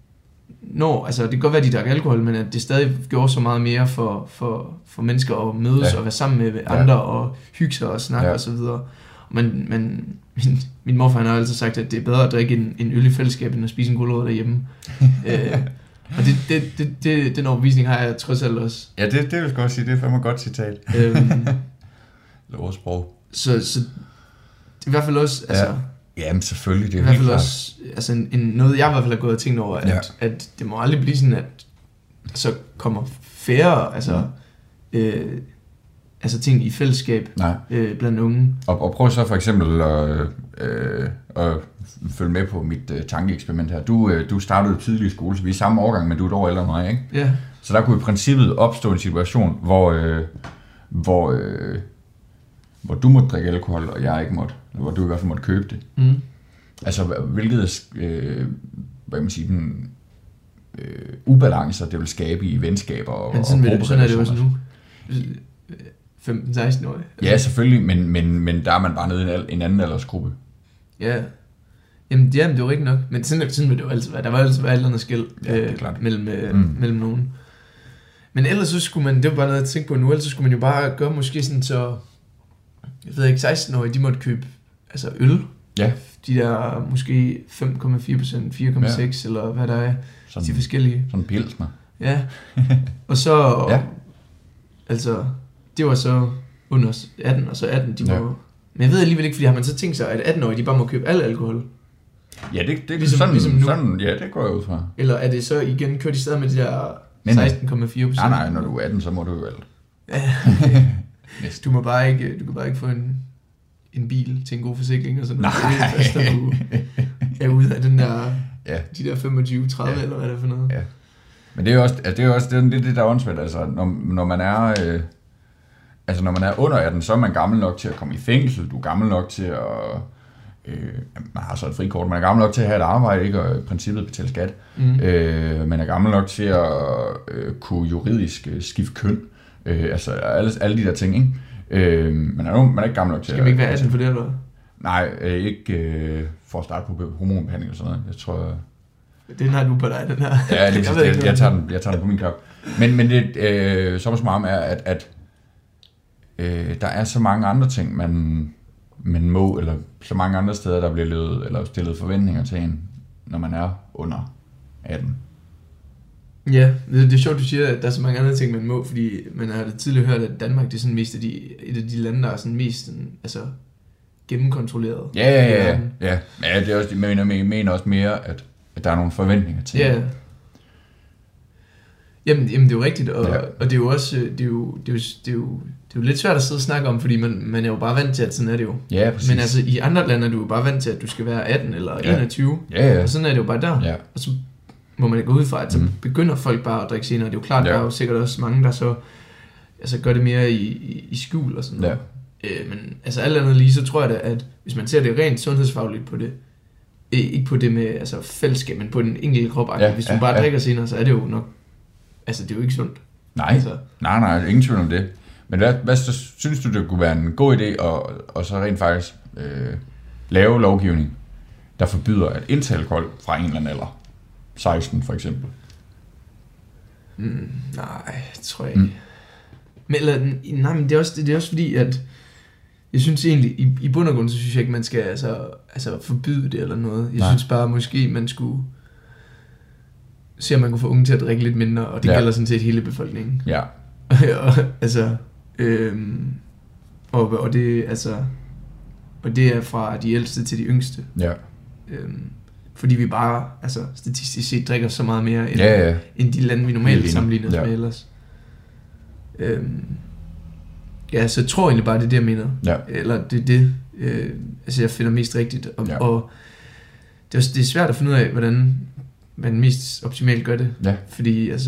når, altså det kan godt være, at de drak alkohol, men at det stadig gjorde så meget mere for, for, for mennesker at mødes Ja. og være sammen med andre Ja. og hygge sig og snakke Ja. og så videre. Men, men min, min morfar han har altid sagt, at det er bedre at drikke en, en øl i fællesskab, end at spise en gulerod derhjemme. øh, og det, det, det, det, den overbevisning har jeg trods alt også. Ja, det, det vil jeg godt sige. Det er fandme godt citat. øhm, Eller ordsprog. så, så det er i hvert fald også, altså, Ja. Jamen selvfølgelig, det i er hvert helt fald klart. også altså en, en, noget, jeg i hvert fald har gået og tænkt over, at, Ja. at det må aldrig blive sådan, at så kommer færre altså, Mm. øh, altså ting i fællesskab Nej. øh, blandt unge. Og, og prøv så for eksempel at, øh, at følge med på mit øh, tankeeksperiment her. Du, øh, du startede tidlig i skole, så vi er samme årgang, men du er et år ældre end mig, ikke? Ja, Så der kunne i princippet opstå en situation, hvor, øh, hvor, øh, hvor du måtte drikke alkohol, og jeg ikke måtte. Eller hvor du i hvert fald måtte købe det. mm. Altså, hvilket øh, hvad kan man sige, den, øh, ubalancer det vil skabe i venskaber og, Men sådan, og vil det, sådan er det jo også grupperelationer. nu. femten seksten år. Ja, selvfølgelig, men, men, men der er man bare nede i en, al- en anden aldersgruppe. Ja. Jamen, jamen, det er jo rigtigt nok. Men sådan, sådan vil det jo altid være. Der var altid være et eller andet skæld Ja, det er øh, klart. mellem, øh, Mm. mellem nogen. Men ellers så skulle man, det var bare noget at tænke på nu, ellers så skulle man jo bare gøre måske sådan så, jeg ved ikke, seksten-årige, de måtte købe altså øl. Ja. De der måske fem komma fire procent, fire komma seks ja. Eller hvad der er, Sådan, de forskellige. sådan en pilsner. Ja. Og så, Ja. altså, det var så under atten, og så atten, de må, Ja. men jeg ved alligevel ikke, fordi har man så tænkt sig, at atten-årige, de bare må købe al alkohol? Ja, det, det Ligesom- sådan, ligesom nu. sådan, ja, det går jeg ud fra. Eller er det så igen, kører de stadig med de der Nej, nej. seksten komma fire procent? Nej, nej, når du er atten, så må du jo alt. Du må bare ikke, du kan bare ikke få en, en bil til en god forsikring og sådan noget. Nej. Det er først, når du er ude af den der, Ja. de der femogtyve tredive Ja. eller hvad det er for noget. Ja. Men det er jo også, altså, det er jo også det, er det, det der er åndssvagt, altså, når, når man er, øh, altså når man er under atten, så er man gammel nok til at komme i fængsel, du er gammel nok til at, øh, man har så et frikort, man er gammel nok til at have et arbejde, ikke, og i princippet betale skat, Mm. øh, man er gammel nok til at øh, kunne juridisk øh, skifte køn, øh, altså alle, alle de der ting, ikke? Øh, man, er jo, man er ikke gammel nok til Skal man ikke være atten for det, eller hvad? Nej, øh, ikke øh, for at starte på hormonbehandling eller sådan noget. Jeg tror... Den har du på dig, den her. Ja, det, Jeg jeg, ved ikke, jeg, hvad- jeg, tager den, jeg tager den på min kap. Men, men det, øh, så meget er, at, at øh, der er så mange andre ting, man, man må, eller så mange andre steder, der bliver levet, eller stillet forventninger til en, når man er under atten. Ja, det, det er sjovt, du siger, at der er så mange andre ting, man må, fordi man har det tidligere hørt, at Danmark det er sådan mest af de, et af de lande, der er sådan mest sådan, altså, gennemkontrolleret. Ja, ja, ja. ja. verden. ja. ja det er også, jeg mener, jeg mener også mere, at, at der er nogle forventninger til Ja. en. Jamen, jamen, det er jo rigtigt, og, Ja. ja. og det er jo også, det er jo, det er jo, det er jo, det er jo lidt svært at sidde og snakke om, fordi man, man er jo bare vant til, at sådan er det jo. Ja, præcis. Men altså, i andre lande er du jo bare vant til, at du skal være atten eller Ja. enogtyve, Ja, ja. og sådan er det jo bare der. Ja. Og så må man gå ud fra, at så Mhm. begynder folk bare at drikke senere. Det er jo klart, Ja. der er jo sikkert også mange, der så altså, gør det mere i, i, i skjul og sådan noget. Ja. Øh, men altså alt andet lige, så tror jeg da, at hvis man ser det rent sundhedsfagligt på det, øh, ikke på det med altså, fællesskab, men på den enkelte krop, Ja, hvis du ja, bare ja. drikker senere, så er det jo nok, altså det er jo ikke sundt. Nej, Altså, nej, nej, ingen tvivl om det. Men hvad, hvad så, synes du, det kunne være en god idé, og, og så rent faktisk øh, lave lovgivning, der forbyder at indtage alkohol fra en eller anden alder? seksten for eksempel. mm, nej, det tror jeg ikke. Mm. Men, eller, nej, men det er, også, det er også fordi, at jeg synes egentlig, i, i bund og grund, så synes jeg ikke, man skal altså, altså forbyde det eller noget. Jeg Nej. synes bare, måske man skulle se, om man kunne få unge til at drikke lidt mindre, og det Ja. gælder sådan set hele befolkningen. Ja, og, altså, øhm, og, og det altså, og det er fra de ældste til de yngste. ja, Øhm, fordi vi bare, altså statistisk set, drikker så meget mere, end, ja, ja. end de lande, vi Helt normalt enig. sammenligner os Ja. med ellers. Øhm, ja, så jeg tror egentlig bare, det er det, jeg mener. Ja. Eller det er det, øh, altså jeg finder mest rigtigt. Og, Ja. og det, er, også- det er svært at finde ud af, hvordan man mest optimalt gør det. Ja. Fordi altså,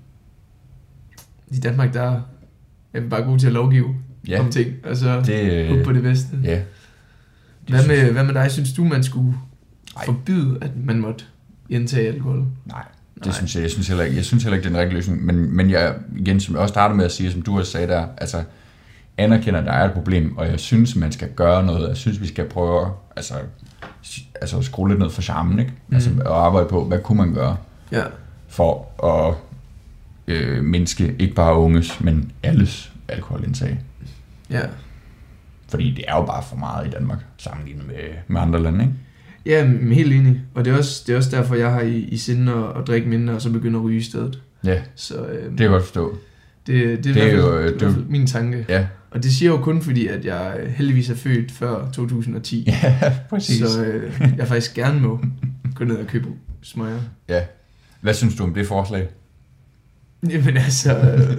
i Danmark, der er vi bare gode til at lovgive ja. om ting. Altså, det, ud på det bedste. Ja. Hvad med, hvad med dig? Synes du, man skulle Ej. forbyde, at man måtte indtage alkohol? Nej, det Nej. synes jeg, jeg synes heller ikke. Jeg synes heller ikke, det er en rigtig løsning. Men, men jeg, igen, som jeg også startede med at sige, som du også sagde der, altså, anerkender, at der er et problem, og jeg synes, man skal gøre noget. Jeg synes, vi skal prøve altså, altså skrue lidt ned for charmen, ikke? Mm. Altså, og arbejde på, hvad kunne man gøre ja. for at øh, mindske ikke bare unges, men alles alkoholindtag. Ja. Fordi det er jo bare for meget i Danmark, sammenlignet med, med andre lande, ikke? Ja, men helt enig. Og det er også, det er også derfor, jeg har i, i sinde at, at drikke mindre, og så begynde at ryge i stedet. Ja, så, øh, det kan jeg godt forstå. Det, det, det er, jo, det er min tanke. Ja. Og det siger jo kun fordi, at jeg heldigvis er født før to tusind og ti. Ja, præcis. Så øh, jeg faktisk gerne må gå ned og købe smøger. Ja. Hvad synes du om det forslag? Jamen altså... Øh,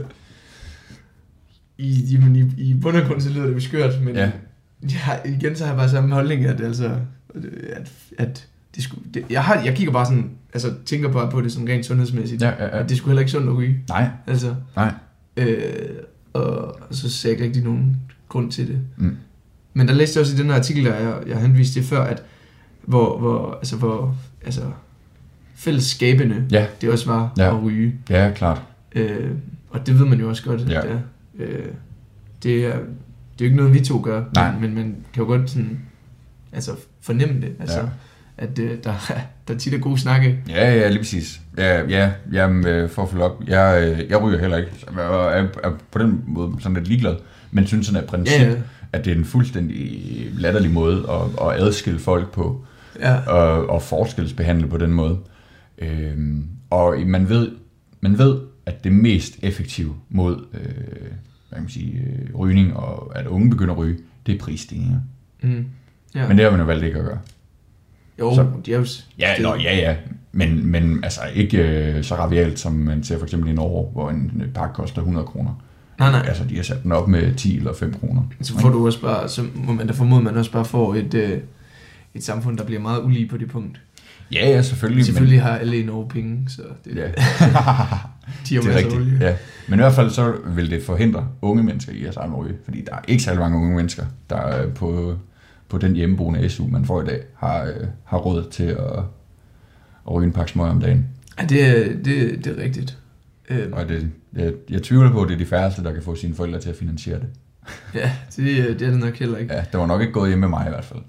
i, jamen, i, i bund og grund så lyder det jo skørt, men ja. jeg, igen så har jeg bare samme holdning, at, altså, at, at det skulle, det, jeg, har, jeg kigger bare sådan, altså tænker bare på det sådan rent sundhedsmæssigt, ja, ja, ja. at det skulle heller ikke sundt at ryge. Nej, altså, nej. Øh, og, og så ser jeg ikke rigtig nogen grund til det. Mm. Men der læste jeg også i den her artikel, der jeg, jeg henviste til før, at hvor, hvor, altså, hvor altså, fællesskabende ja. det også var ja. at ryge. Ja, klart. Øh, og det ved man jo også godt, ja. at det er. Øh, det er det er jo ikke noget, vi to gør, Nej. men, men man kan jo godt sådan, altså, fornemme det, altså, ja. at øh, der, der tit er gode snakke. Ja, ja, lige præcis. Ja, ja, jamen, for at følge op, jeg, jeg ryger heller ikke, jeg er, er på den måde sådan lidt ligeglad, men synes sådan et princip, ja, ja. at det er en fuldstændig latterlig måde at, at adskille folk på, ja. og, og forskelsbehandle på den måde. Øhm, og man ved, man ved, at det mest effektive mod øh, hvad kan man sige, øh, rygning og at unge begynder at ryge, det er prisstigninger. Mm. Ja. Men det har man jo valgt ikke at gøre. Jo, så, de er jo... Ja, nå, ja, ja. Men, men altså ikke øh, så ravialt, som man ser for eksempel i Norge, hvor en pakke koster hundrede kroner. Nej, nej. Altså, de har sat den op med ti eller fem kroner. Så får du også bare, så må man da formode, man også bare får et, øh, et samfund, der bliver meget ulige på det punkt. Ja, ja, selvfølgelig. Selvfølgelig men... har alle i Norge penge, så det, ja. de er, det er rigtigt. Ja. Men i hvert fald så vil det forhindre unge mennesker i at samle ryge, fordi der er ikke særlig mange unge mennesker, der på, på den hjemmeboende S U, man får i dag, har, har råd til at, at ryge en pakke smøger om dagen. Ja, det er, det, det er rigtigt. Øhm. Og det, jeg, jeg tvivler på, at det er de færreste, der kan få sine forældre til at finansiere det. Ja, det, det er det nok heller ikke. Ja, det var nok ikke gået hjemme med mig i hvert fald.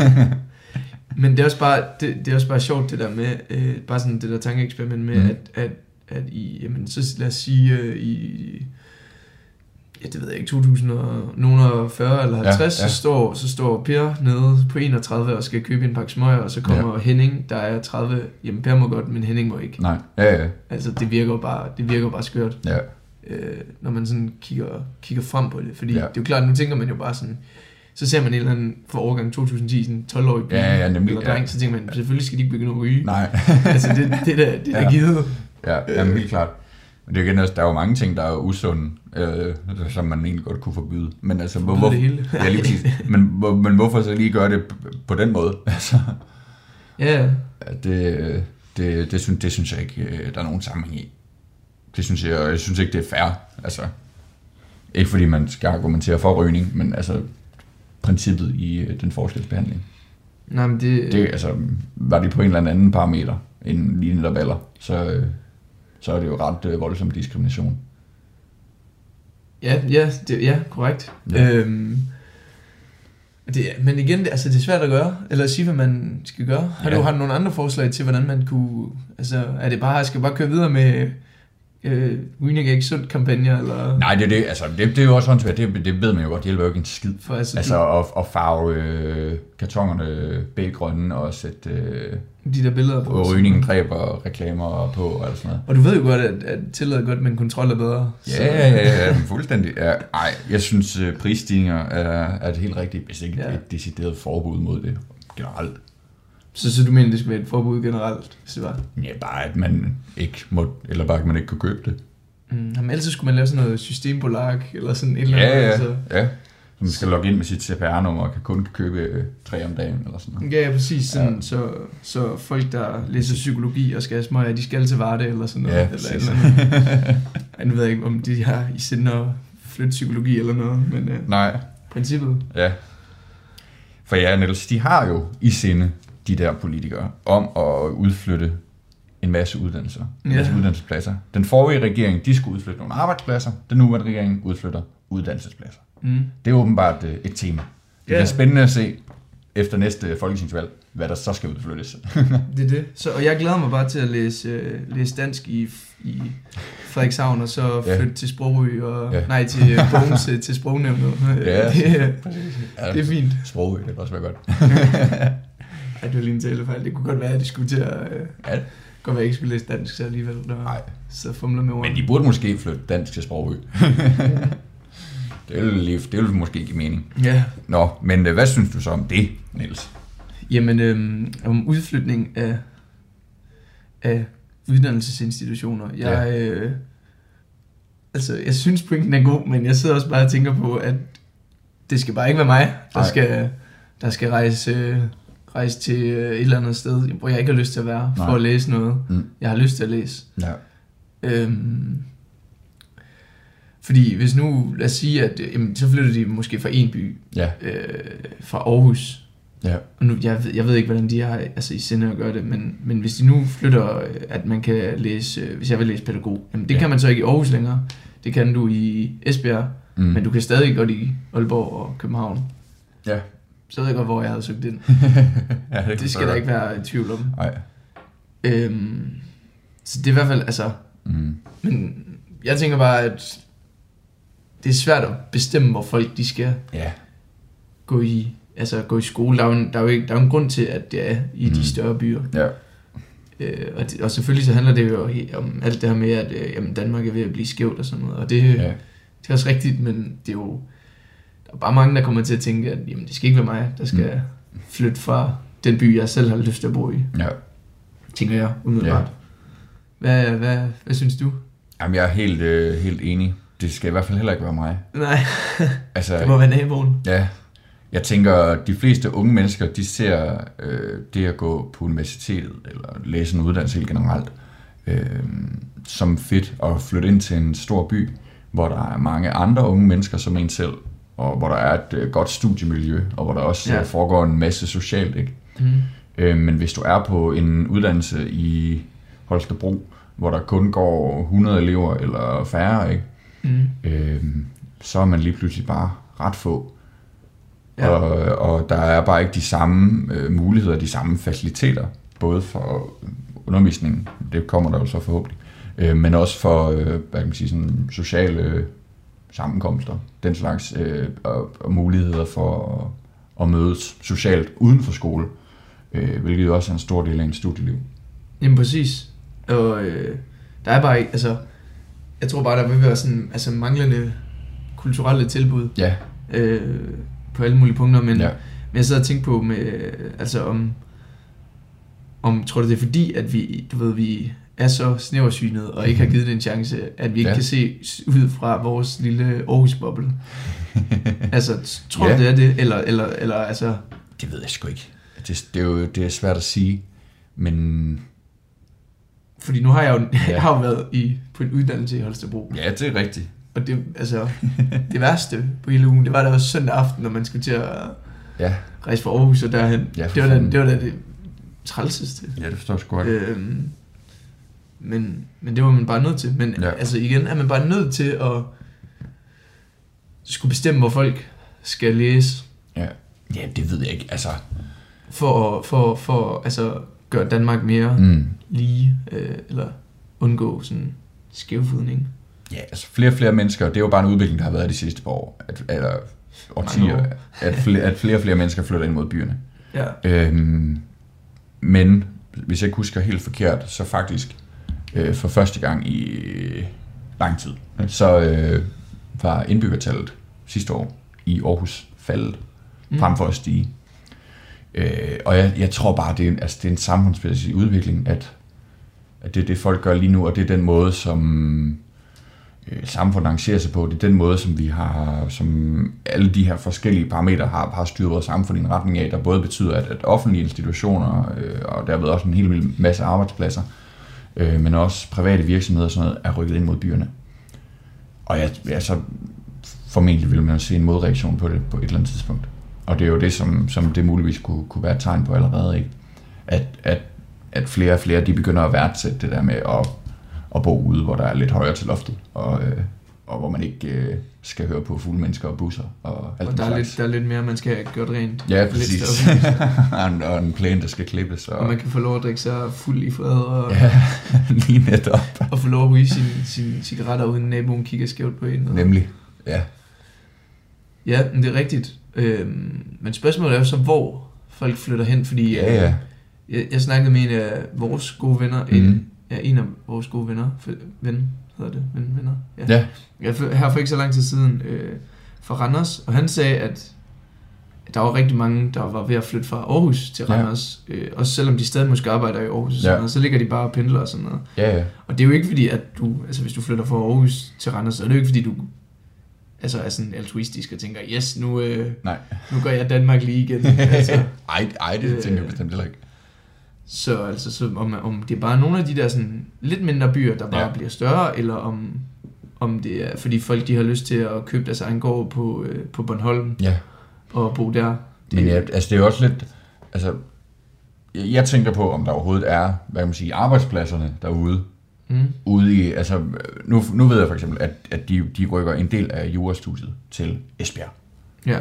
Men det er også bare, det, det er også bare sjovt det der med, øh, bare sådan det der tankeeksperiment med, mm. at, at, at i, jamen så lad os sige, øh, i, ja det ved jeg ikke, to tusind og fyrre eller halvtreds, ja, ja. Så, står, så står Per nede på enogtredive og skal købe en pakke smøger, og så kommer ja. Henning, der er tredive, jamen Per må godt, men Henning må ikke. Nej, ja, ja. Altså det virker jo bare, det virker bare skørt, ja. øh, når man sådan kigger, kigger frem på det, fordi ja. Det er jo klart, nu tænker man jo bare sådan, så ser man en eller anden for årgang to tusind og ti, sådan tolv-årig pige, ja, ja, nemlig, eller dreng, ja. Så tænker man, selvfølgelig skal de ikke begynde at ryge. Nej. Altså det, det der, det der ja. givet. Ja, jamen helt klart. Men det er igen også, der er jo mange ting, der er usunde, øh, som man egentlig godt kunne forbyde. Men altså, hvor, hvor, det hele. Ja, lige præcis. Men, hvor, men hvorfor så lige gøre det på den måde? Altså, ja. Det, det, det, synes, det synes jeg ikke, der er nogen sammenhæng i. Det synes jeg, jeg synes ikke, det er fair. Altså, ikke fordi man skal argumentere for rygning, men altså princippet i den forskelsbehandling. Nej, men det... det altså, var det på en eller anden parameter, en lige netop alder, så, så er det jo ret øh, voldsom diskrimination. Ja, ja, det, ja korrekt. Ja. Øhm, det, men igen, det, altså, det er svært at gøre, eller at sige, hvad man skal gøre. Har, ja. du, har du nogle andre forslag til, hvordan man kunne... Altså, er det bare, skal bare køre videre med... Øh, rygning er ikke sundt kampagner, eller... Nej, det er det, altså, det, det er jo også håndsvært, det, det ved man jo godt, det hjælper jo ikke en skid. For altså, altså du... at, at farve øh, kartonerne bælgrønne og sætte øh, de der billeder på. Og rygningen dræber reklamer på og alt sådan noget. Og du ved jo godt, at, at tilladet godt, men kontrol er bedre. Ja, så... ja, ja, ja, fuldstændig. Ja, ej, jeg synes, uh, prisstigninger er, er det helt rigtigt, hvis ikke ja. Et decideret forbud mod det generelt. Så, så du mener, det skal være et forbud generelt, hvis det var? Ja, bare at man ikke må, eller bare at man ikke kan købe det. Mm, men ellers skulle man lave sådan noget systembolag, eller sådan et eller andet. Ja, ja, altså. ja. Så man skal logge ind med sit C P R-nummer og kan kun købe øh, tre om dagen eller sådan noget. Ja, præcis. Sådan, Ja. Så, så folk, der læser psykologi og skal have smøger, de skal til Varde eller sådan noget. Ja, eller, præcis. eller noget. Ej, nu ved jeg ikke, om de har i sinde at flytte psykologi eller noget, men øh, Nej, princippet. ja. For ja, Niels, de har jo i sinde, de der politikere, om at udflytte en masse uddannelser, en Ja. masse uddannelsespladser. Den forrige regering, de skulle udflytte nogle arbejdspladser. Den nuværende regering udflytter uddannelsespladser. Mm. Det er åbenbart øh, et tema. Det Ja. bliver spændende at se efter næste folketingsvalg, hvad der så skal udflyttes. Det er det. Så, og jeg glæder mig bare til at læse, øh, læse dansk i, i Frederikshavn, og så Ja. flytte til Sprogø, og Ja. nej, til øh, Bogen, til, til Sprognævnet. Ja, det, øh, Ja, det er fint. Sprogø, det kan også være godt. Ej, det var lige en talefejl. Det kunne godt være, at de skulle til at... Øh, Ja. godt være, at jeg ikke skulle læse dansk så alligevel. Der, Nej. Så fumler med ord. Men de burde måske flytte dansk til Sprogø. det, vil, lige- det vil måske give mening. Ja. Nå, men øh, hvad synes du så om det, Niels? Jamen, øhm, om udflytning af, af uddannelsesinstitutioner. Jeg, ja. øh, altså, jeg synes pointen er god, men jeg sidder også bare og tænker på, at det skal bare ikke være mig, der Nej. skal, der skal rejse, øh, rejse til øh, et eller andet sted, hvor jeg ikke har lyst til at være, for Nej. at læse noget, Mm. jeg har lyst til at læse. Ja. Øhm, fordi hvis nu, lad os sige, at øh, jamen, så flytter de måske fra en by, Ja. øh, fra Aarhus. Ja. Og nu, jeg, ved, jeg ved ikke, hvordan de har altså, i sinde at gøre det, men, men hvis de nu flytter, øh, at man kan læse, øh, hvis jeg vil læse pædagog, jamen det Ja. kan man så ikke i Aarhus længere. Det kan du i Esbjerg, Mm. men du kan stadig godt i Aalborg og København. Ja. Så ved jeg godt, hvor jeg havde søgt ind. ja, det, Det skal der ikke være i tvivl om. Nej. Øhm, så det er i hvert fald, altså, Mm. men jeg tænker bare, at det er svært at bestemme, hvor folk de skal Ja. gå i, altså gå i skole. Der er jo en, der er jo ikke, der er jo en grund til, at det er i Mm. de større byer. Ja. Øh, og, det, og selvfølgelig så handler det jo he- om alt det her med, at øh, jamen, Danmark er ved at blive skævt og sådan noget. Og det, Ja. det er også rigtigt, men det er jo, der er bare mange, der kommer til at tænke, at jamen, det skal ikke være mig, der skal mm. flytte fra den by, jeg selv har lyst til at bo i. Ja. Tænker jeg umiddelbart. Ja. Hvad, hvad, hvad synes du? Jamen, jeg er helt, øh, helt enig. Det skal i hvert fald heller ikke være mig. Nej, Altså, det må være naboen. ja, jeg tænker, at de fleste unge mennesker, de ser øh, det at gå på universitetet, eller læse en uddannelse helt generelt, øh, som fedt at flytte ind til en stor by, hvor der er mange andre unge mennesker som en selv, og hvor der er et øh, godt studiemiljø, og hvor der også Ja. ja. foregår en masse socialt, ikke? Mm. Øh, men hvis du er på en uddannelse i Holstebro, hvor der kun går hundrede elever eller færre, ikke? Mm. Øh, så er man lige pludselig bare ret få. Ja. Og, og der er bare ikke de samme øh, muligheder, de samme faciliteter, både for undervisningen, det kommer der jo så forhåbentlig, øh, men også for øh, hvad kan man sige, sådan sociale øh, sammenkomster, den slags, øh, og, og muligheder for at, at mødes socialt uden for skole, øh, hvilket jo også er en stor del af en studieliv. Jamen præcis. Og øh, der er bare ikke, altså, jeg tror bare, der vil være sådan, altså manglende kulturelle tilbud Ja, øh, på alle mulige punkter, men, ja, men jeg sidder og tænker på med, altså om, om, tror du det er fordi, at vi, du ved, vi er så snæversynet og ikke har givet det en chance, at vi ikke Ja. kan se ud fra vores lille Aarhus-boble? Altså, tror du Ja. det er det? Eller, eller, eller altså... det ved jeg sgu ikke. Det, det er jo det er svært at sige, men Fordi nu har jeg jo, Ja. jeg har jo været i, på en uddannelse i Holstebro. ja, det er rigtigt. Og det, altså, det værste på hele ugen, det var da også søndag aften, når man skulle til at Ja, rejse fra Aarhus og derhen. Ja, for det, var da, fanden. det var da det trælseste. ja, det forstår jeg sgu godt. Øhm, men, men det var man bare nødt til. Men Ja. ja. altså igen, er man bare nødt til at skulle bestemme, hvor folk skal læse, Ja. ja, det ved jeg ikke. Altså, for at for, for, altså, gøre Danmark mere mm. mm, lige, øh, eller undgå sådan skævfudning. ja, altså flere og flere mennesker, det er jo bare en udvikling, der har været de sidste par år, at, eller årtier, år. at, flere, at flere og flere mennesker flytter ind mod byerne. Ja. Øhm, men, hvis jeg ikke husker helt forkert, så faktisk øh, for første gang i lang tid, så øh, var indbyggertallet sidste år i Aarhus faldet, mm. frem for at stige. Øh, og jeg, jeg tror bare, det er, en, altså, det er en samfundsmæssig udvikling, at, at det er det, folk gør lige nu, og det er den måde, som øh, samfund arrangerer sig på. Det er den måde, som vi har, som alle de her forskellige parametre har, har styret vores samfund i en retning af, der både betyder, at, at offentlige institutioner, øh, og derved også en hel masse arbejdspladser, øh, men også private virksomheder og sådan noget, er rykket ind mod byerne. Og jeg, ja, så formentlig vil man se en modreaktion på det på et eller andet tidspunkt. Og det er jo det, som, som det muligvis kunne, kunne være et tegn på allerede, ikke? At, at, at flere og flere, de begynder at værdsætte det der med at, at bo ude, hvor der er lidt højere til loftet, og, øh, og hvor man ikke øh, skal høre på fulde mennesker og busser. Og, alt og der, er lidt, der er lidt mere, man skal have gjort rent. Ja, præcis. Og en plæne, der skal klippes. Og, og man kan få lov at drikke sig fuld i fred. Og, ja, lige netop. Og få lov at ryge sine sin cigaretter, uden naboen kigger skævt på en. Og... Nemlig, ja. Ja, men det er rigtigt. Øhm, men spørgsmålet er jo så, hvor folk flytter hen, fordi ja, ja. Jeg, jeg snakkede med en af vores gode venner, mm. en, ja, en af vores gode venner, ven hedder det, ven, venner, ja. ja. Jeg, her for ikke så lang tid siden øh, fra Randers, og han sagde, at der var rigtig mange, der var ved at flytte fra Aarhus til Randers, ja. øh, også selvom de stadig måske arbejder i Aarhus, og sådan ja. noget, så ligger de bare og pendler og sådan noget. Ja, ja. Og det er jo ikke fordi, at du, altså hvis du flytter fra Aarhus til Randers, så er det jo ikke fordi, du altså er sådan altruistisk og tænker, yes, nu, øh, Nej. nu gør jeg Danmark lige igen. Altså, ej, ej, det tænker jeg bestemt heller ikke. Så altså, så om, om det er bare nogle af de der sådan lidt mindre byer, der bare ja. bliver større, eller om, om det er, fordi folk de har lyst til at købe deres egen gård på, øh, på Bornholm, ja. og bo der. Det, Men ja, altså det er jo også lidt, altså, jeg tænker på, om der overhovedet er, hvad kan man sige, arbejdspladserne derude, mm. ude i, altså, nu, nu ved jeg for eksempel, at, at de, de rykker en del af jurastudiet til Esbjerg. Ja.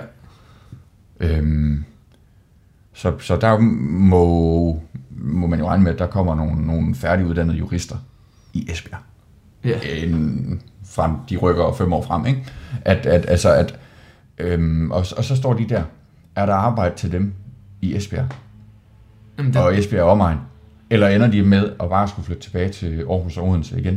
Øhm, så, så der må, må man jo regne med, at der kommer nogle, nogle færdiguddannede jurister i Esbjerg. Ja. En, frem, de rykker fem år frem, ikke? At, at, altså, at, øhm, og, og så står de der. Er der arbejde til dem i Esbjerg? Jamen, det... Og Esbjerg omegn? Eller ender de med at bare skulle flytte tilbage til Aarhus og Odense igen?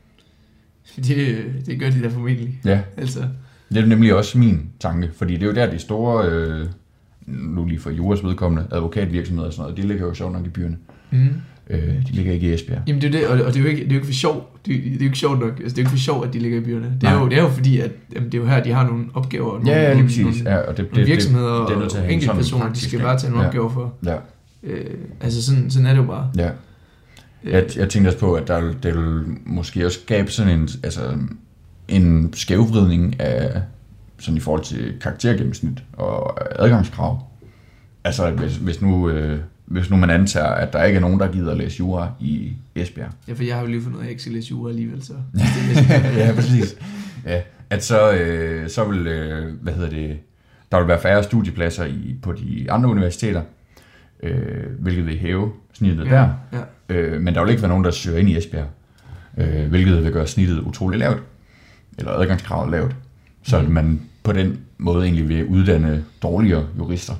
Det, det gør de da formentlig. Ja, altså. Det er nemlig også min tanke, fordi det er jo der, de store, øh, nu lige for Juras vedkommende, advokatvirksomheder og sådan noget, de ligger jo sjovt nok i byerne. Mm. Øh, de ligger ikke i Esbjerg. Jamen det er det, og det er jo ikke, det er jo ikke for sjov. Det er, det er jo ikke sjovt nok. Altså, det er jo ikke for sjov, at de ligger i byerne. Det er, jo, det er jo fordi, at jamen, det er jo her, de har nogle opgaver. Nogle, ja, ja, lige præcis. Nogle, ja, og det, nogle det, virksomheder det, det, det og enkelte personer, de skal bare tage nogle ja. opgaver for. Ja. Øh, altså sådan, sådan er det jo bare. Ja. Jeg, jeg tænkte også på, at der, det vil måske også skabe sådan en, altså, en skævvridning af, sådan i forhold til karaktergennemsnit og adgangskrav. Altså hvis, hvis nu... Øh, Hvis nu man antager, at der ikke er nogen, der gider at læse jura i Esbjerg. Ja, for jeg har jo lige fundet ud af, at jeg ikke skal læse jura alligevel, så... ja, præcis. Ja, at så, øh, så vil, øh, hvad hedder det, der vil være færre studiepladser i, på de andre universiteter, øh, hvilket vil hæve snittet ja, der. Ja. Øh, men der vil ikke være nogen, der søger ind i Esbjerg, øh, hvilket vil gøre snittet utrolig lavt, eller adgangskravet lavt, så mm. man på den måde egentlig vil uddanne dårligere jurister.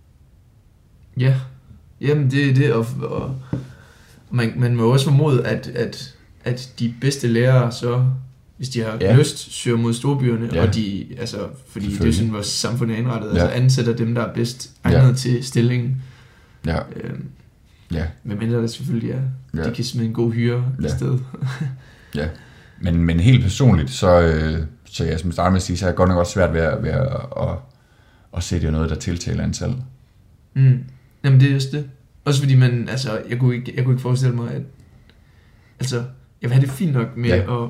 Ja. Jamen det er det, og, og man, man må også formode, at, at, at de bedste lærere så, hvis de har ja. lyst, søger mod storbyerne, ja. og de, altså, fordi det er jo sådan, vores samfund er indrettet, ja. altså ansætter dem, der er bedst egnet ja. til stillingen. Ja. Øhm, ja. Men mindre der selvfølgelig er, ja. de kan smide en god hyre ja. i stedet. ja, men, men helt personligt, så, øh, så jeg som starter med at sige, så er jeg godt nok også svært ved at, ved at, at, at se, det er noget, der tiltaler antal. Mm. Jamen det er just det. Også fordi man, altså, jeg kunne ikke, jeg kunne ikke forestille mig, at, altså, jeg vil have det fint nok med ja. at,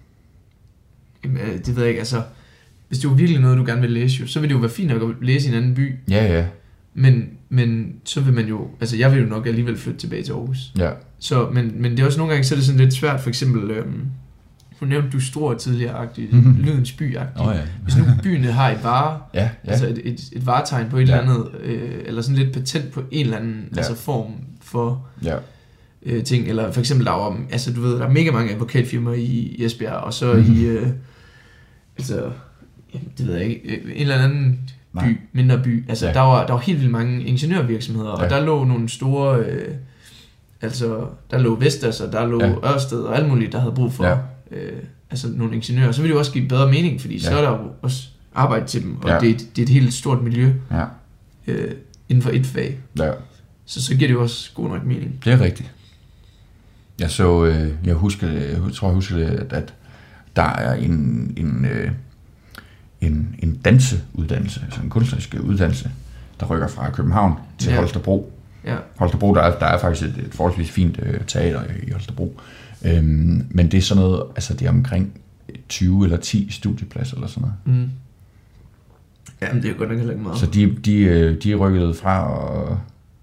jamen, det ved jeg ikke, altså, hvis det var virkelig noget, du gerne vil læse jo, så vil det jo være fint nok at læse i en anden by. Ja, ja. Men, men så vil man jo, altså, jeg vil jo nok alligevel flytte tilbage til Aarhus. Ja. Så, men, men det er også nogle gange, så er det sådan lidt svært, for eksempel, øhm, nu nævnte du Struer tidligere-agtigt, mm-hmm. Lydens by-agtigt. Oh, ja. Hvis nu byen har et vare, ja, ja. altså et, et, et varetegn på et ja. eller andet, øh, eller sådan lidt patent på en eller anden ja. altså form for ja. øh, ting, eller for eksempel der er, altså du ved, der er mega mange advokatfirmaer i, i Esbjerg, og så mm-hmm. i, øh, altså, jamen, det ved jeg ikke, en eller anden by, Nej. mindre by, altså ja. der, var, der var helt vildt mange ingeniørvirksomheder, ja. og der lå nogle store, øh, altså der lå Vestas, og der lå ja. Ørsted, og alt muligt, der havde brug for, ja. Øh, altså nogle ingeniører, så vil det jo også give bedre mening, fordi ja. så er der jo også arbejde til dem, og ja. det, er et, det er et helt stort miljø ja. øh, inden for et fag. Ja. Så så giver det jo også god nok mening. Det er rigtigt. Jeg så, øh, jeg husker, jeg tror jeg husker det, at, at der er en, en, øh, en, en danseuddannelse, altså en kunstnerisk uddannelse, der rykker fra København til ja. Holstebro. Ja. Holstebro, der er, der er faktisk et, et forholdsvis fint øh, teater i Holstebro. Øhm, men det er sådan noget, altså det er omkring tyve eller ti studiepladser eller sådan noget. Mm. Jamen, det er godt nok heller ikke meget. Så de, de, de er rykket fra at,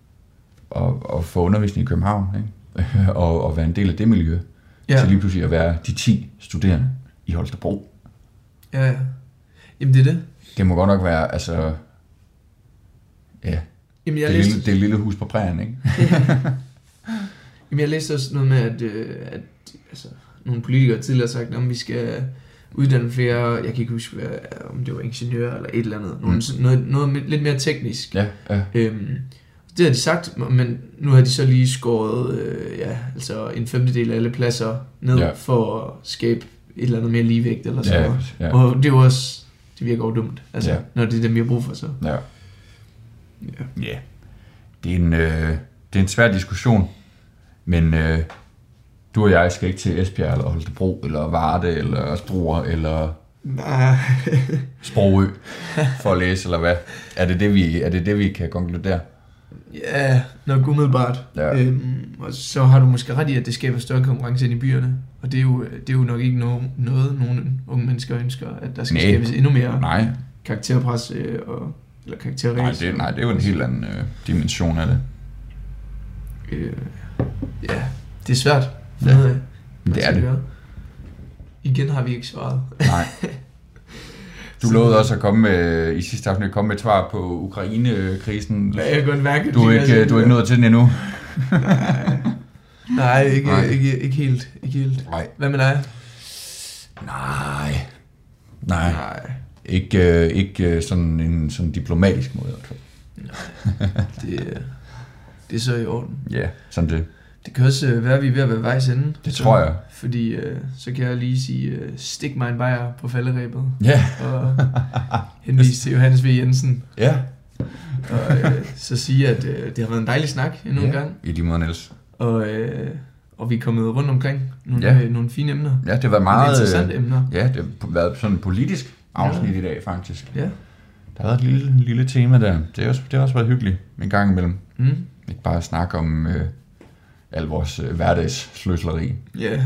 at, at få undervisning i København, ikke? og, og være en del af det miljø, ja. til lige pludselig at være de ti studerende i Holstebro. Ja, ja. Jamen, det er det. Det må godt nok være, altså... Ja, Jamen, jeg det, læste... lille, det er lille hus på prærien, ikke? Jamen, jeg læste også noget med, at, at altså, nogle politikere tidligere har sagt, at vi skal uddanne flere, jeg kan ikke huske, hvad, om det var ingeniører eller et eller andet, mm. noget, noget, noget lidt mere teknisk. Ja, ja. Øhm, det har de sagt, men nu har de så lige skåret øh, ja, altså en femtedel af alle pladser ned ja. for at skabe et eller andet mere ligevægt eller så. Ja, ja. Og det er jo også, det virker jo dumt, altså, ja. når det er dem, vi har brug for så. Ja. Ja. ja. Det er en, øh, det er en svær diskussion, men øh, du og jeg skal ikke til Esbjerg eller Holstebro eller Varde eller Struer eller Sprogø for at læse, eller hvad? Er det det, vi, er det, det, vi kan konkludere? Ja, nok umiddelbart. Ja. Øhm, og så har du måske ret i, at det skaber større konkurrence ind i byerne. Og det er jo, det er jo nok ikke noget, noget nogen unge mennesker ønsker, at der skal nej. skabes endnu mere nej. karakterpres øh, og, eller karakterræs. Nej, det, nej, det er jo en helt anden øh, dimension af det. Øh, ja, det er svært. Ja. Noget, det er det. Gøre. Igen har vi ikke svaret. Nej. Du lovede også at komme med, i sidste afsnit, komme med et svar på Ukraine-krisen. Ja, jeg kan godt mærke, du er ikke, du er ikke nået til den endnu. Nej, Nej, ikke, Nej. Ikke, ikke helt. Ikke helt. Nej. Hvad med dig? Nej. Nej. Nej. Ikke, øh, ikke sådan en sådan diplomatisk måde. Nej, det, det er så i orden. Ja, sådan det. Det kan også være, at vi er ved at være vejs ende. Det så, tror jeg. Fordi øh, så kan jeg lige sige, øh, stik mig en bajer på falderæbet. Ja. Og henvise til Johannes V. Jensen. Ja. Og øh, så sige, at øh, det har været en dejlig snak endnu ja. en gang. I de måder, Niels. Og, øh, og vi er kommet rundt omkring nogle, ja. øh, nogle fine emner. Ja, det har været meget interessante emner. Ja, det har været sådan en politisk afsnit ja. i dag, faktisk. Ja. Der har været et lille, lille tema der. Det har også, det har også været hyggeligt en gang imellem. Mm. Ikke bare snakke om... Øh, al vores øh, hverdagssløsleri. Ja. Yeah.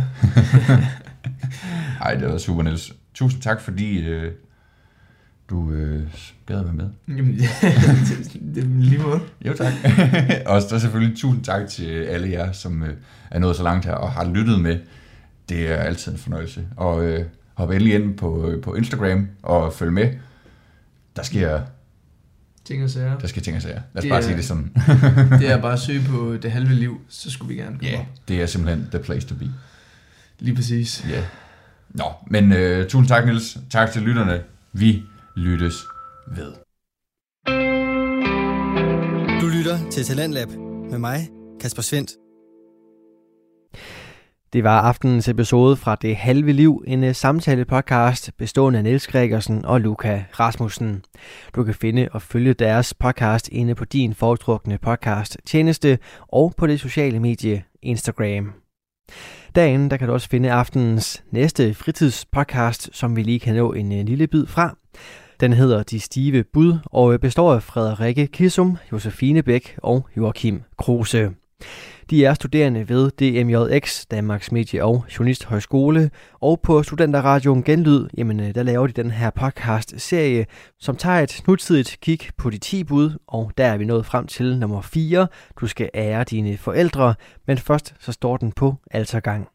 Ej, det var super, Niels. Tusind tak, fordi øh, du øh, gad at være med. Jamen, ja, det, det er lige måde. Jo, tak. Og så selvfølgelig tusind tak til alle jer, som øh, er nået så langt her og har lyttet med. Det er altid en fornøjelse. Og øh, hop endelig ind på, øh, på Instagram og følg med. Der sker... Ting og sager. Der skal ting og sager. Lad os det bare er, sige det sådan. Det er bare at søge på Det Halve Liv, så skulle vi gerne komme yeah, op. Det er simpelthen the place to be. Lige præcis. Ja. Yeah. Nå, men uh, tusind tak, Niels. Tak til lytterne. Vi lyttes ved. Du lytter til Talentlab med mig, Kasper Svendt. Det var aftenens episode fra Det Halve Liv, en samtale-podcast bestående af Niels Gregersen og Luca Rasmussen. Du kan finde og følge deres podcast inde på din foretrukne podcast-tjeneste og på det sociale medie Instagram. Derinde der kan du også finde aftenens næste fritidspodcast, som vi lige kan nå en lille bid fra. Den hedder De Stive Bud og består af Frederikke Kissum, Josefine Bæk og Joachim Kruse. De er studerende ved D M J X, Danmarks Medie- og Journalisthøjskole, og på Studenterradioen Genlyd, jamen der laver de den her podcast-serie, som tager et nutidigt kig på de ti bud, og der er vi nået frem til nummer fire. Du skal ære dine forældre, men først så står den på altergang.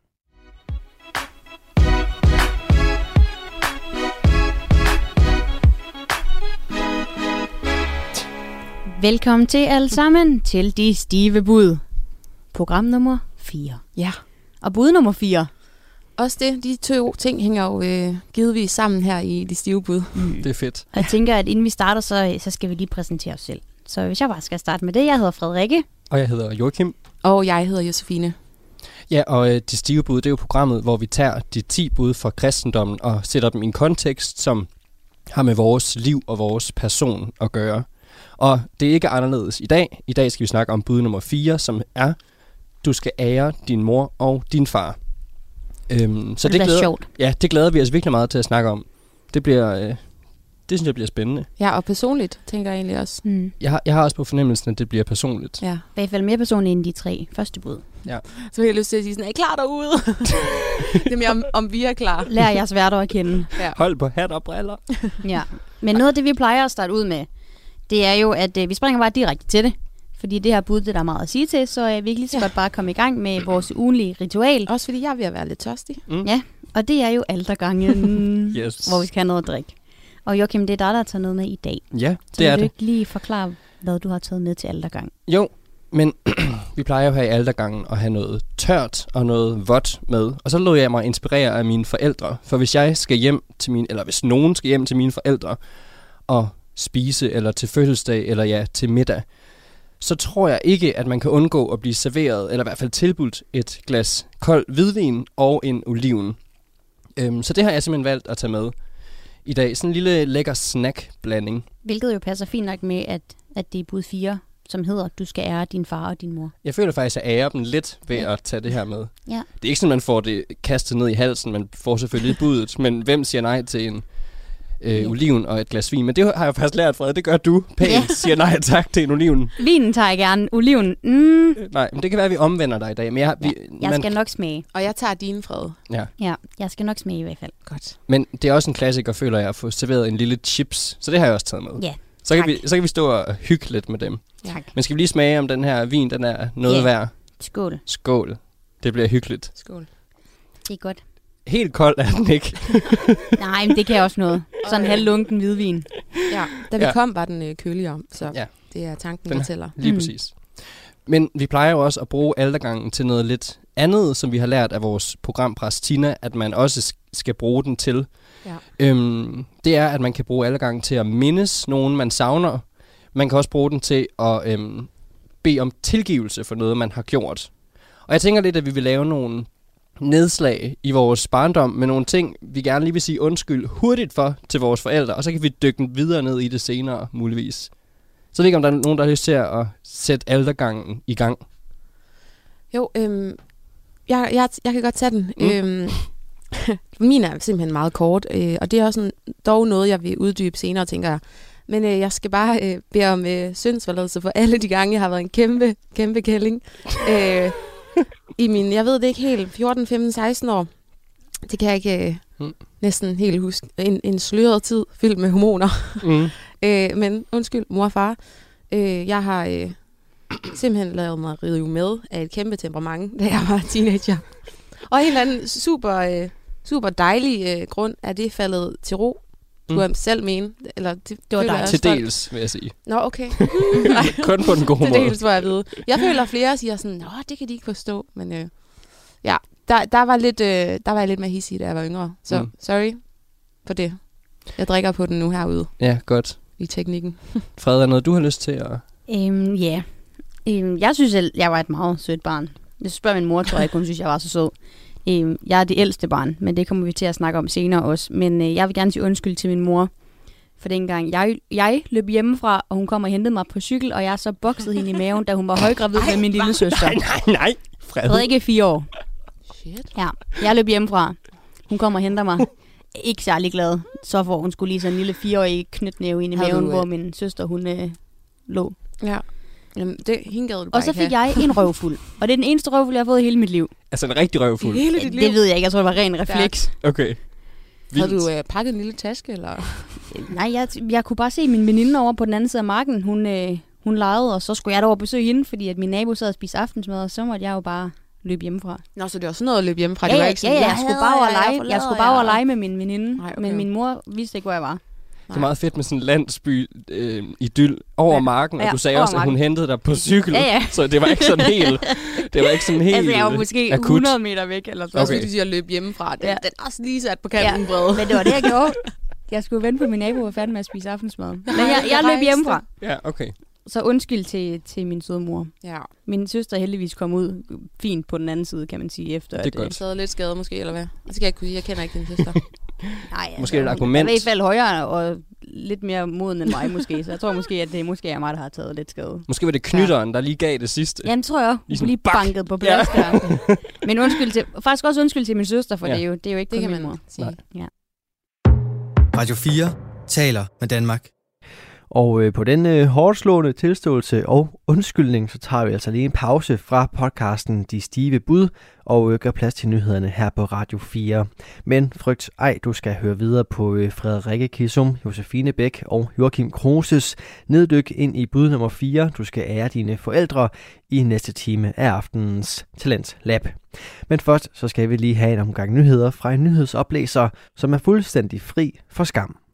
Velkommen til alle sammen til De Stive Bud. Program nummer fire. Ja. Og bud nummer fire. Også det, de to ting hænger jo øh, givetvis sammen her i De Stive Bud. Mm. Det er fedt. Og jeg tænker, at inden vi starter, så, så skal vi lige præsentere os selv. Så hvis jeg bare skal starte med det, jeg hedder Frederikke. Og jeg hedder Joachim. Og jeg hedder Josefine. Ja, og øh, De Stive Bud, det er jo programmet, hvor vi tager de ti bud fra kristendommen og sætter dem i en kontekst, som har med vores liv og vores person at gøre. Og det er ikke anderledes i dag. I dag skal vi snakke om bud nummer fire, som er, du skal ære din mor og din far. Øhm, så det, det, det glæder, sjovt. Ja, det glæder vi os virkelig meget til at snakke om. Det bliver, øh, det synes jeg bliver spændende. Ja, og personligt, tænker jeg egentlig også. Mm. Jeg har, jeg har også på fornemmelsen, at det bliver personligt. Ja. I hvert fald mere personligt end de tre første bud. Ja. Så har jeg lyst til at sige sådan, er I klar derude? Det er mere om, om vi er klar. Lær jeres værter at kende. Ja. Hold på hat og briller. Ja. Men noget af det, vi plejer at starte ud med, det er jo, at øh, vi springer bare direkte til det. Fordi det her bud, det er der meget at sige til, så øh, vi kan lige så Ja. godt bare komme i gang med vores ugenlige ritual. Også fordi jeg er ved at være lidt tørstig. Mm. Ja, og det er jo altergangen, Yes. hvor vi skal have noget at drikke. Og Joachim, det er dig, der tager noget med i dag. Ja, Så det er vil du det. ikke lige forklare, hvad du har taget med til altergang? Jo, men vi plejer jo her i altergangen at have noget tørt og noget vådt med. Og så lod jeg mig inspirere af mine forældre. For hvis jeg skal hjem til mine, eller hvis nogen skal hjem til mine forældre og spise, eller til fødselsdag, eller ja, til middag, så tror jeg ikke, at man kan undgå at blive serveret, eller i hvert fald tilbudt et glas kold hvidvin og en oliven. Øhm, så det har jeg simpelthen valgt at tage med i dag. Sådan en lille lækker snack-blanding. Hvilket jo passer fint nok med, at, at det er bud fire, som hedder, du skal ære din far og din mor. Jeg føler faktisk, at jeg ærer dem lidt ved at tage det her med. Ja. Det er ikke sådan, man får det kastet ned i halsen, man får selvfølgelig budet, men hvem siger nej til en øh, oliven og et glas vin? Men det har jeg faktisk lært, Fred, det gør du pænt, Ja. siger nej tak til en oliven. Vinen tager jeg gerne, oliven, mm, Øh, Nej, men det kan være, at vi omvender dig i dag. Men, jeg, ja, vi, jeg man, skal nok smage. Og jeg tager dine, Fred. ja. Ja, jeg skal nok smage i hvert fald. Godt. Men det er også en klassiker, føler jeg, at få serveret en lille chips. Så det har jeg også taget med. Ja, Så kan, tak. vi, så kan vi stå og hygge lidt med dem. tak. Men skal vi lige smage, om den her vin, den er noget Ja. værd? Skål. Skål. Det bliver hyggeligt. Skål. Det er godt. Helt kold er den ikke. Nej, men det kan også noget. Sådan en halvlunken hvidvin. Ja, da vi Ja. ja. kom, var den øh, køligere, så Ja. ja. det er tanken, Den der er- tæller. Lige Mm. præcis. Men vi plejer jo også at bruge altergangen til noget lidt andet, som vi har lært af vores programpræst Tina, at man også sk- skal bruge den til. Ja. Øhm, det er, at man kan bruge altergangen til at mindes nogen, man savner. Man kan også bruge den til at øhm, bede om tilgivelse for noget, man har gjort. Og jeg tænker lidt, at vi vil lave nogle nedslag i vores barndom med nogle ting, vi gerne lige vil sige undskyld hurtigt for til vores forældre, og så kan vi dykke videre ned i det senere, muligvis. Så ved jeg ikke, om der er nogen, der har lyst til at sætte altergangen i gang. Jo, øhm, jeg, jeg, jeg kan godt tage den. Mm. Mm. Øhm, min er simpelthen meget kort, øh, og det er også en, dog noget, jeg vil uddybe senere, tænker jeg. Men øh, jeg skal bare øh, bede om øh, syndsforladelse for alle de gange, jeg har været en kæmpe, kæmpe kælling. øh, I min, jeg ved det ikke helt, fjorten, femten, seksten år. Det kan jeg ikke øh, Mm. næsten helt huske. En, en sløret tid fyldt med hormoner. Mm. Øh, men undskyld, mor og far. Øh, jeg har øh, simpelthen lavet mig rive med af et kæmpe temperament, da jeg var teenager. Og en eller anden super, øh, super dejlig øh, grund er det faldet til ro. Du Mm. mm. selv mene. Eller det, Det var føler dig. jeg Til stolt. dels, vil jeg sige. Nå, okay. Kun på den gode Til måde. dels, hvor jeg ved. Jeg føler, flere siger sådan, nå, det kan de ikke forstå. Men øh, ja, der, der, var lidt, øh, der var jeg lidt mere hissig, da jeg var yngre. Så Mm. mm. sorry for det. Jeg drikker på den nu herude Ja, godt. i teknikken. Fred, er noget, du har lyst til at... Øhm, ja. Øhm, jeg synes, at jeg var et meget sødt barn. Hvis du spørger min mor, tror jeg ikke, hun synes, jeg var så sød. Øhm, jeg er det ældste barn, men det kommer vi til at snakke om senere også. Men øh, jeg vil gerne sige undskyld til min mor. For dengang jeg, jeg løb hjemmefra, og hun kom og hentede mig på cykel, og jeg så boksede hende i maven, da hun var højgravid med min lille søster. Nej, nej, nej. Fred. Frederikke er fire år. Shit. Ja, jeg løb hjemmefra. Hun kom og henter mig. Ikke særlig glad. Så får hun skulle lige sådan en lille fireårig knytnæve ind i Havde maven, du, øh, hvor min søster, hun øh, lå. Ja. Jamen, det, hende gad du bare Og så ikke fik have. jeg en røvfuld. Og det er den eneste røvfuld, jeg har fået i hele mit liv. Altså en rigtig røvfuld. I hele Ja, dit liv? det ved jeg ikke. Jeg tror, det var ren refleks. Okay. Havde Vildt. du øh, pakket en lille taske, eller? Nej, jeg, jeg kunne bare se min veninde over på den anden side af marken. Hun, øh, hun legede, og så skulle jeg derover besøge hende, fordi at min nabo sad og spiste aftensmad, og så måtte jeg jo bare løbe hjemmefra. Nå, så det var sådan noget at løbe hjemmefra. Ja, det var ja, ikke ja, sådan, ja, jeg skulle bare over at lege, jeg skulle bare over at lege med min veninde, Nej, okay. men min mor vidste ikke, hvor jeg var. Det er meget fedt med sådan en landsby øh, idyl over Ja. marken, og Ja, du sagde over også, at hun marken. hentede dig på cykel, Ja, ja. så det var ikke sådan helt, det var ikke sådan helt Altså, jeg var måske akut. hundrede meter væk, eller så. Også Okay. hvis du siger at løbe hjemmefra. Den, Ja. den er også lige sat på kanten, Ja, brede. men det var det, jeg gjorde. Jeg skulle vente på min nabo og var færdig med at spise aftensmad. Men Nej, jeg, det jeg løb rejste. hjemmefra. Ja, okay. Så undskyld til, til min søde mor. Ja. Min søster er heldigvis kom ud fint på den anden side, kan man sige, efter Det er at, godt. Jeg sad lidt skadet måske, eller hvad? Det skal jeg ikke kunne sige. Jeg kender ikke din søster. Nej, Måske et hun argument. er i hvert fald højere og lidt mere moden end mig måske, så jeg tror måske, at det måske er mig, der har taget lidt skade. Måske var det knytteren, der lige gav det sidste. Jamen, tror jeg. Ligesom lige bak. banket på plads ja. der. Men undskyld til, faktisk også undskyld til min søster, for ja. det, er jo, det er jo ikke det kun kan min man mor. sige. Ja. Radio fire taler med Danmark. Og øh, på den øh, hårdslående tilståelse og undskyldning, så tager vi altså lige en pause fra podcasten De Stive Bud og øh, gør plads til nyhederne her på Radio fire. Men frygt ej, du skal høre videre på øh, Frederikke Kissum, Josefine Bæk og Joachim Kroses neddyk ind i bud nummer fire. Du skal ære dine forældre i næste time af aftenens Talent Lab. Men først så skal vi lige have en omgang nyheder fra en nyhedsoplæser, som er fuldstændig fri for skam.